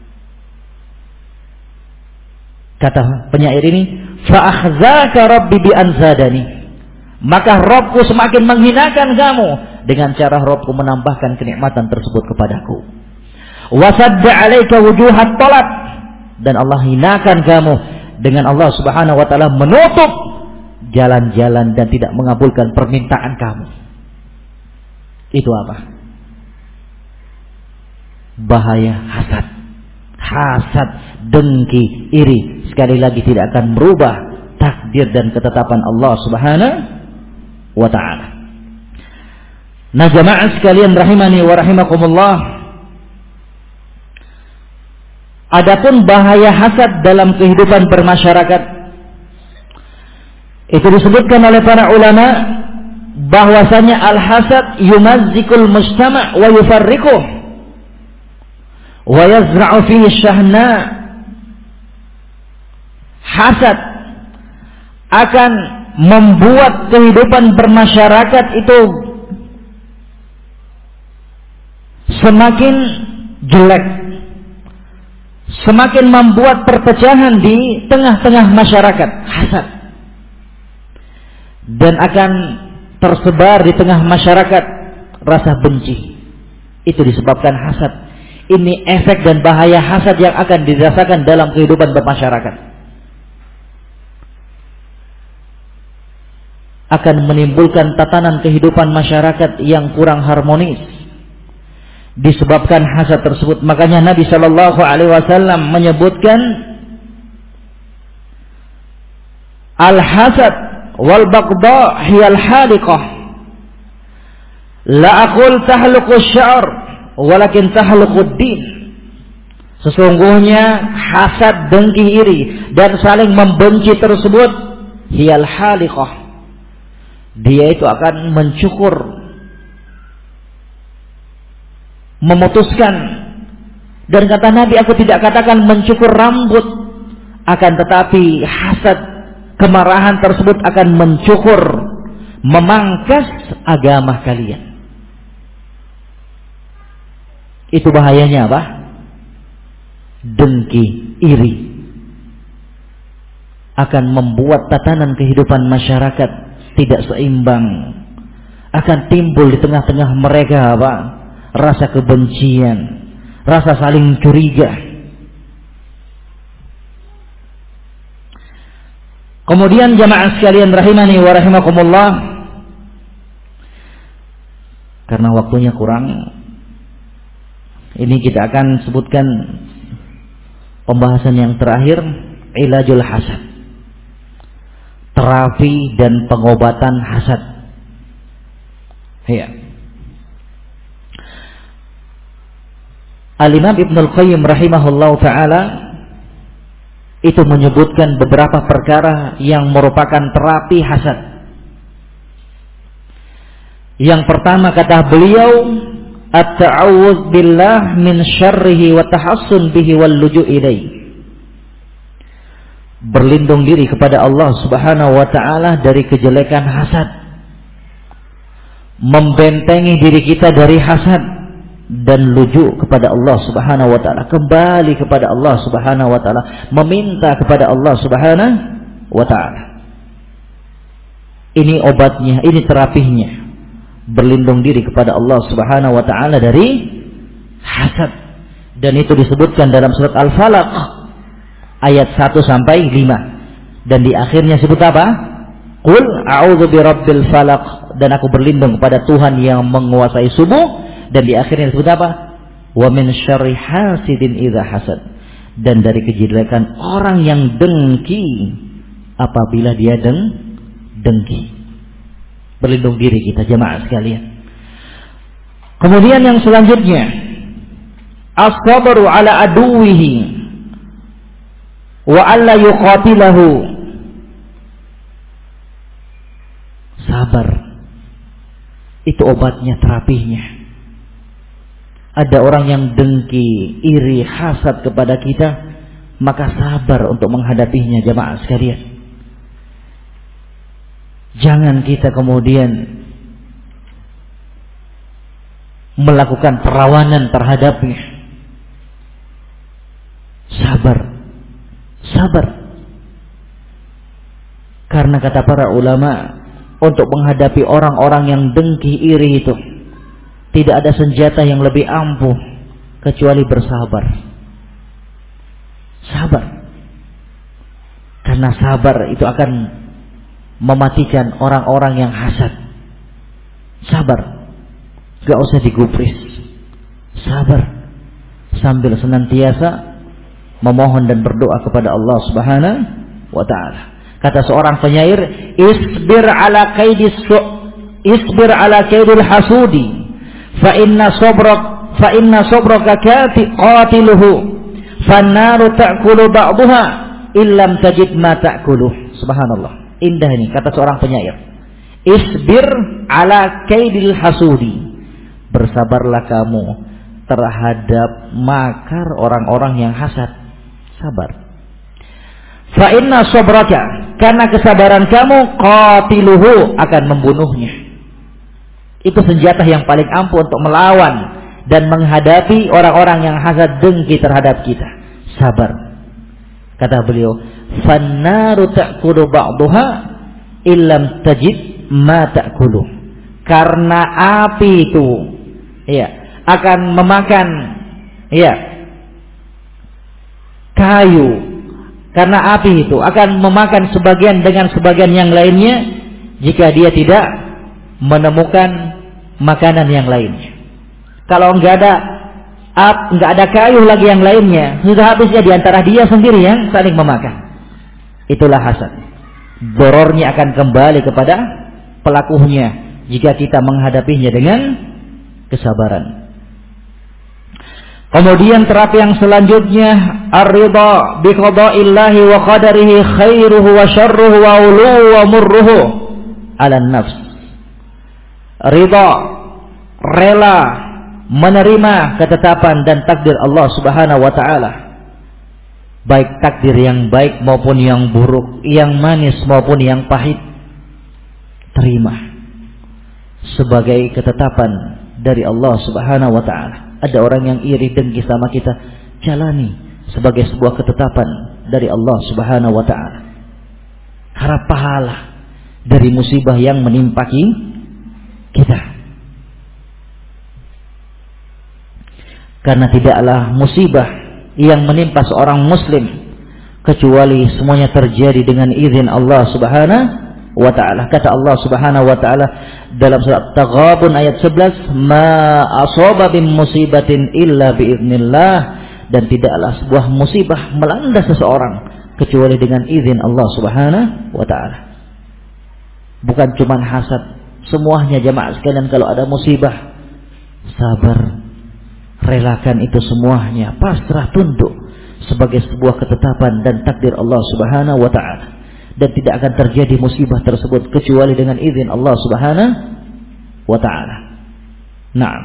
Kata penyair ini, fa akhzaka rabbi bi anzadani, maka Rabbku semakin menghinakan kamu dengan cara Rabbku menambahkan kenikmatan tersebut kepadaku. Wa sadda 'alaika wujuhat talab, dan Allah hinakan kamu dengan Allah Subhanahu wa taala menutup jalan-jalan dan tidak mengabulkan permintaan kamu. Itu apa? Bahaya hasad. Hasad, dengki, iri sekali lagi tidak akan merubah takdir dan ketetapan Allah Subhanahu wa taala. Nah, jamaah sekalian rahimani wa rahimakumullah, adapun bahaya hasad dalam kehidupan bermasyarakat, itu disebutkan oleh para ulama bahwasanya al-hasad yumazzikul mujtama' wa yufarriquh. wa yazra'u fihi syahna. Hasad akan membuat kehidupan bermasyarakat itu semakin jelek, semakin membuat perpecahan di tengah-tengah masyarakat. Hasad. Dan akan tersebar di tengah masyarakat rasa benci. Itu disebabkan hasad. Ini efek dan bahaya hasad yang akan dirasakan dalam kehidupan bermasyarakat. Akan menimbulkan tatanan kehidupan masyarakat yang kurang harmonis disebabkan hasad tersebut. Makanya Nabi Shallallahu Alaihi Wasallam menyebutkan al-hasad wal baghdha hiyal haliqah, la aqul tahluqu sya'r walakin tahluqud din. Sesungguhnya hasad, dengki, iri dan saling membenci tersebut hiyal haliqah, dia itu akan mencukur, memutuskan. Dan kata Nabi, aku tidak katakan mencukur rambut, akan tetapi hasad, kemarahan tersebut akan mencukur, memangkas agama kalian. Itu bahayanya apa? Dengki, iri akan membuat tatanan kehidupan masyarakat tidak seimbang. Akan timbul di tengah-tengah mereka apa? Rasa kebencian, rasa saling curiga. Kemudian jamaah sekalian rahimani wa rahimakumullah, karena waktunya kurang, ini kita akan sebutkan pembahasan yang terakhir, ilajul hasad, terapi dan pengobatan hasad. Ya. Al-Imam Ibnul Qayyim rahimahullah ta'ala itu menyebutkan beberapa perkara yang merupakan terapi hasad. Yang pertama kata beliau, at-ta'awudz billah min syarrihi wa tahassun bihi wal luju' ilaihi. Berlindung diri kepada Allah Subhanahu wa ta'ala dari kejelekan hasad, membentengi diri kita dari hasad, dan luju kepada Allah Subhanahu wa ta'ala, kembali kepada Allah Subhanahu wa ta'ala, meminta kepada Allah Subhanahu wa ta'ala. Ini obatnya, ini terapinya, berlindung diri kepada Allah Subhanahu wa ta'ala dari hasad. Dan itu disebutkan dalam surat Al-Falaq ayat satu sampai lima. Dan di akhirnya sebut apa? Qul a'udzu birabbil falaq, dan aku berlindung kepada Tuhan yang menguasai subuh. Dan di akhirnya disebut apa? Wa min syarri hasidin idza hasad, dan dari kejelekan orang yang dengki apabila dia deng dengki. Berlindung diri kita jemaah sekalian. Kemudian yang selanjutnya, as-sabru ala aduwihi wa alla yuqatilahu. Sabar. Itu obatnya, terapinya. Ada orang yang dengki, iri, hasad kepada kita, maka sabar untuk menghadapinya jemaah sekalian. Jangan kita kemudian melakukan perlawanan terhadapnya. Sabar. Sabar. Karena kata para ulama, untuk menghadapi orang-orang yang dengki, iri itu, tidak ada senjata yang lebih ampuh kecuali bersabar. Sabar. Karena sabar itu akan mematikan orang-orang yang hasad. Sabar. Gak usah digubris. Sabar. Sambil senantiasa memohon dan berdoa kepada Allah Subhanahu wa ta'ala. Kata seorang penyair, isbir ala kaidis isbir ala kaidil hasudi, fa inna sabrak fa inna sabraka qatiluhu, fannaru ta'kulu ba'daha illam tajid ma ta'kulu. Subhanallah, indah ini kata seorang penyair. Isbir ala kaidil hasudi, bersabarlah kamu terhadap makar orang-orang yang hasad. Sabar. Fa inna sabraka, karena kesabaran kamu qatiluhu, akan membunuhnya. Itu senjata yang paling ampuh untuk melawan dan menghadapi orang-orang yang hasad dengki terhadap kita. Sabar. Kata beliau, fannaru ta'kulu ba'daha illam tajid ma ta'kulu. Karena api itu ya akan memakan ya kayu, karena api itu akan memakan sebagian dengan sebagian yang lainnya jika dia tidak menemukan makanan yang lainnya. Kalau enggak ada ap, enggak ada kayu lagi yang lainnya, sudah habisnya di antara dia sendiri yang saling memakan. Itulah hasad. Dorornya akan kembali kepada pelakunya jika kita menghadapinya dengan kesabaran. Kemudian terapi yang selanjutnya, ar-ridha bi qada'illahi wa qadarihi khairuhu wa syarruhu wa uluhu wa murruhu 'ala an-nafs. Ridha, rela menerima ketetapan dan takdir Allah Subhanahu wa taala. Baik takdir yang baik maupun yang buruk, yang manis maupun yang pahit, terima sebagai ketetapan dari Allah Subhanahu wa taala. Ada orang yang iri dengki sama kita, jalani sebagai sebuah ketetapan dari Allah Subhanahu wa taala. Harap pahala dari musibah yang menimpa kita. Karena tidaklah musibah yang menimpa seorang muslim kecuali semuanya terjadi dengan izin Allah Subhanahu wa ta'ala. Kata Allah Subhanahu wa ta'ala dalam surat Taghabun ayat sebelas, ma asaba bim musibatin illa biiznillah, dan tidaklah sebuah musibah melanda seseorang kecuali dengan izin Allah Subhanahu wa ta'ala. Bukan cuma hasad, semuanya jamaah sekalian. Kalau ada musibah, sabar, relakan itu semuanya, pasrah tunduk sebagai sebuah ketetapan dan takdir Allah Subhanahu wa ta'ala. Dan tidak akan terjadi musibah tersebut kecuali dengan izin Allah Subhanahu wa ta'ala. Naam.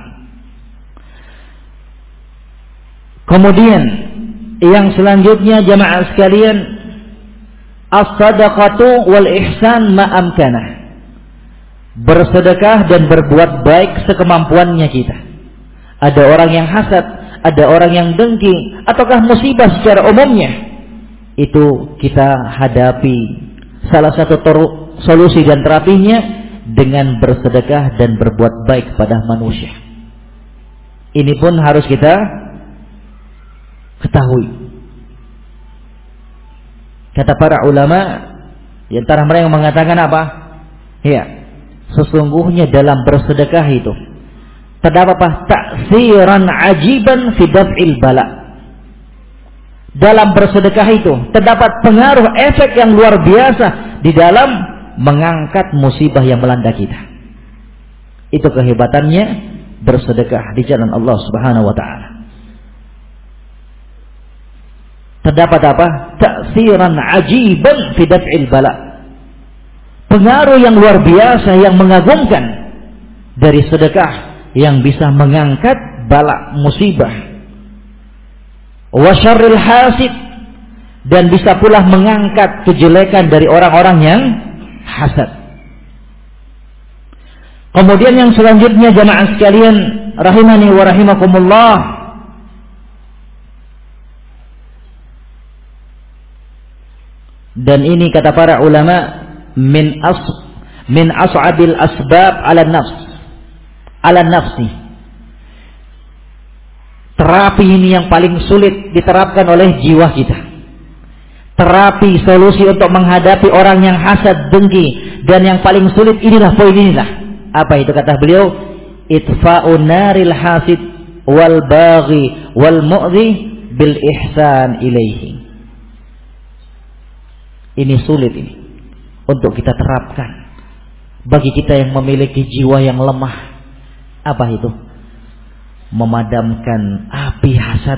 Kemudian yang selanjutnya jamaah sekalian, as-sadaqatu wal ihsan ma amkanah. Bersedekah dan berbuat baik sekemampuannya kita. Ada orang yang hasad, ada orang yang dengki, ataukah musibah secara umumnya, itu kita hadapi. Salah satu ter- solusi dan terapinya dengan bersedekah dan berbuat baik kepada manusia. Ini pun harus kita ketahui. Kata para ulama, di antara mereka yang mengatakan apa? Ya, sesungguhnya dalam bersedekah itu terdapat apa? Ta'siran ajiban fi daf'il bala. Dalam bersedekah itu terdapat pengaruh efek yang luar biasa di dalam mengangkat musibah yang melanda kita. Itu kehebatannya bersedekah di jalan Allah Subhanahu wa taala. Terdapat apa? Ta'siran ajiban fi daf'il bala. Pengaruh yang luar biasa yang mengagumkan dari sedekah yang bisa mengangkat bala musibah. Wa syarril hasid, dan bisa pula mengangkat kejelekan dari orang-orang yang hasad. Kemudian yang selanjutnya jamaah sekalian rahimani wa rahimakumullah, dan ini kata para ulama min as min as'abil asbab ala nafs ala nafsi. Terapi ini yang paling sulit diterapkan oleh jiwa kita. Terapi solusi untuk menghadapi orang yang hasad dengki, dan yang paling sulit inilah poin inilah. Apa itu kata beliau? Itfa'u naril hasid wal baghi wal mu'dhi bil ihsan ilaihi. Ini sulit ini untuk kita terapkan bagi kita yang memiliki jiwa yang lemah. Apa itu? Memadamkan api hasad,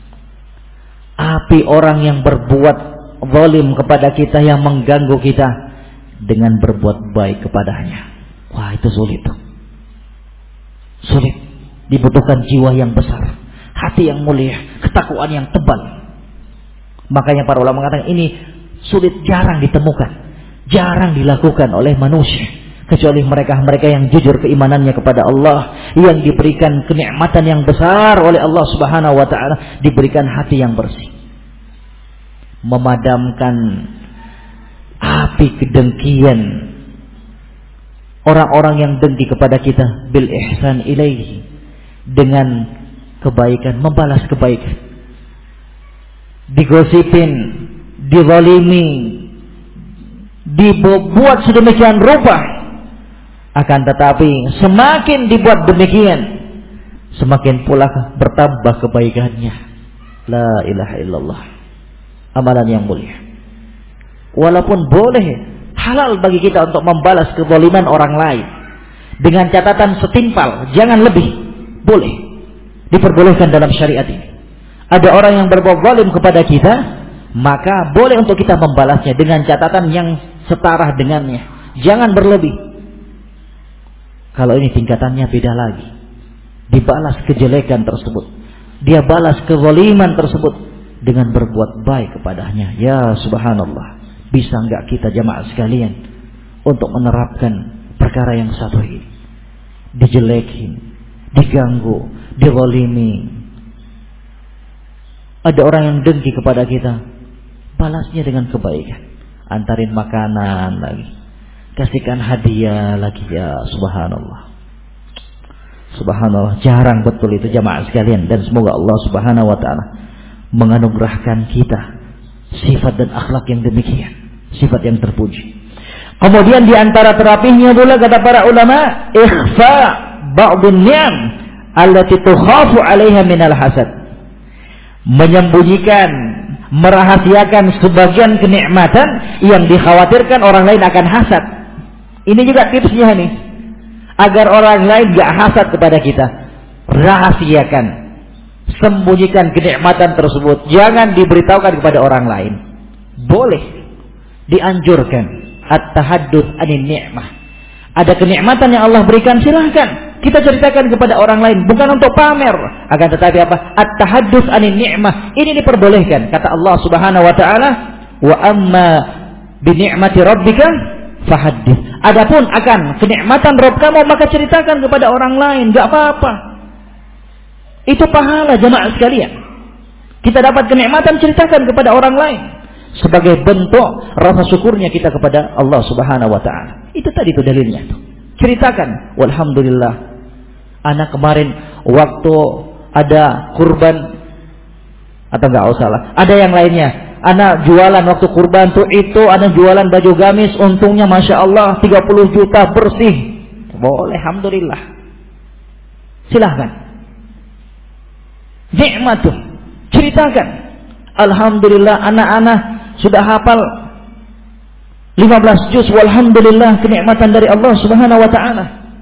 api orang yang berbuat zalim kepada kita, yang mengganggu kita, dengan berbuat baik kepadanya. Wah, itu sulit. Sulit. Dibutuhkan jiwa yang besar, hati yang mulia, ketakwaan yang tebal. Makanya para ulama mengatakan ini sulit, jarang ditemukan, jarang dilakukan oleh manusia, kecuali mereka-mereka yang jujur keimanannya kepada Allah, yang diberikan kenikmatan yang besar oleh Allah Subhanahu wa taala, diberikan hati yang bersih. Memadamkan api kedengkian orang-orang yang dengki kepada kita bil ihsan ilaihi, dengan kebaikan, membalas kebaikan. Digosipin, dizalimi, dibuat sedemikian rupa, akan tetapi semakin dibuat demikian, semakin pula bertambah kebaikannya. La ilaha illallah. Amalan yang mulia. Walaupun boleh, halal bagi kita untuk membalas kezaliman orang lain dengan catatan setimpal, jangan lebih. Boleh, diperbolehkan dalam syariat ini. Ada orang yang berbuat zalim kepada kita, maka boleh untuk kita membalasnya dengan catatan yang setara dengannya. Jangan berlebih. Kalau ini tingkatannya beda lagi. Dibalas kejelekan tersebut, dia balas kezaliman tersebut dengan berbuat baik kepadanya. Ya subhanallah. Bisa enggak kita jamaah sekalian untuk menerapkan perkara yang satu ini? Dijelekin, diganggu, dizalimi. Ada orang yang dengki kepada kita, balasnya dengan kebaikan. Antarin makanan lagi, kasihkan hadiah lagi. Ya subhanallah. Subhanallah, jarang betul itu jamaah sekalian. Dan semoga Allah Subhanahu wa ta'ala menganugerahkan kita sifat dan akhlak yang demikian, sifat yang terpuji. Kemudian di antara terapinya pula kata para ulama, ikhfa ba'dun ni'am allati tukhafu 'alaiha minal hasad. Menyembunyikan, merahasiakan sebagian kenikmatan yang dikhawatirkan orang lain akan hasad. Ini juga tipsnya nih, agar orang lain gak hasad kepada kita. Rahasiakan, sembunyikan kenikmatan tersebut, jangan diberitahukan kepada orang lain. Boleh, dianjurkan at-tahadduts anin ni'mah. Ada kenikmatan yang Allah berikan, silahkan kita ceritakan kepada orang lain, bukan untuk pamer, akan tetapi apa? At-tahadduts anin ni'mah. Ini diperbolehkan. Kata Allah Subhanahu wa taala, "Wa amma bi ni'mati rabbika fahaddits." Adapun akan kenikmatan Rabb kamu, maka ceritakan kepada orang lain, enggak apa-apa. Itu pahala jemaah sekalian. Kita dapat kenikmatan, ceritakan kepada orang lain sebagai bentuk rasa syukurnya kita kepada Allah Subhanahu wa taala. Itu tadi itu dalilnya tuh. Ceritakan, walhamdulillah, anak kemarin waktu ada kurban, atau enggak usah lah, ada yang lainnya, anak jualan waktu kurban tuh itu, anak jualan baju gamis, untungnya masya Allah tiga puluh juta bersih. Boleh, alhamdulillah. Silahkan. Nikmat tuh, ceritakan. Alhamdulillah anak-anak sudah hafal lima belas juz, walhamdulillah, kenikmatan dari Allah Subhanahu wa taala.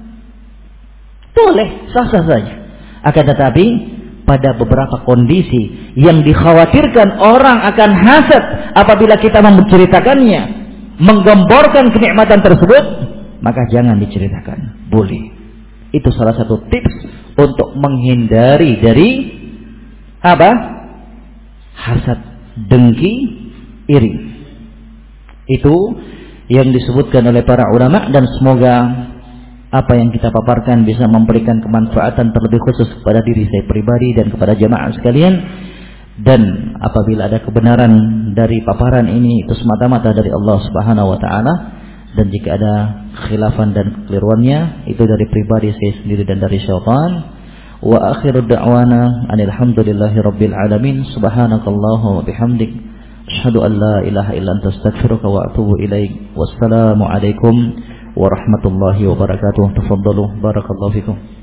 Boleh, sah-sah saja. Akan tetapi pada beberapa kondisi yang dikhawatirkan orang akan hasad apabila kita menceritakannya, menggemborkan kenikmatan tersebut, maka jangan diceritakan. Boleh. Itu salah satu tips untuk menghindari dari apa? Hasad, dengki, iri. Itu yang disebutkan oleh para ulama, dan semoga apa yang kita paparkan bisa memberikan kemanfaatan terlebih khusus kepada diri saya pribadi dan kepada jemaah sekalian. Dan apabila ada kebenaran dari paparan ini, itu semata-mata dari Allah Subhanahu wa taala, dan jika ada khilafan dan kekeliruannya, itu dari pribadi saya sendiri dan dari syaitan. Wa akhiru da'wana alhamdulillahi rabbil alamin. Subhanakallahumma wa bihamdik, asyhadu an la ilaha illa anta astaghfiruka wa atubu ilaik. Wassalamu alaikum warahmatullahi wabarakatuh. Tafaddalu, barakallahu fikum.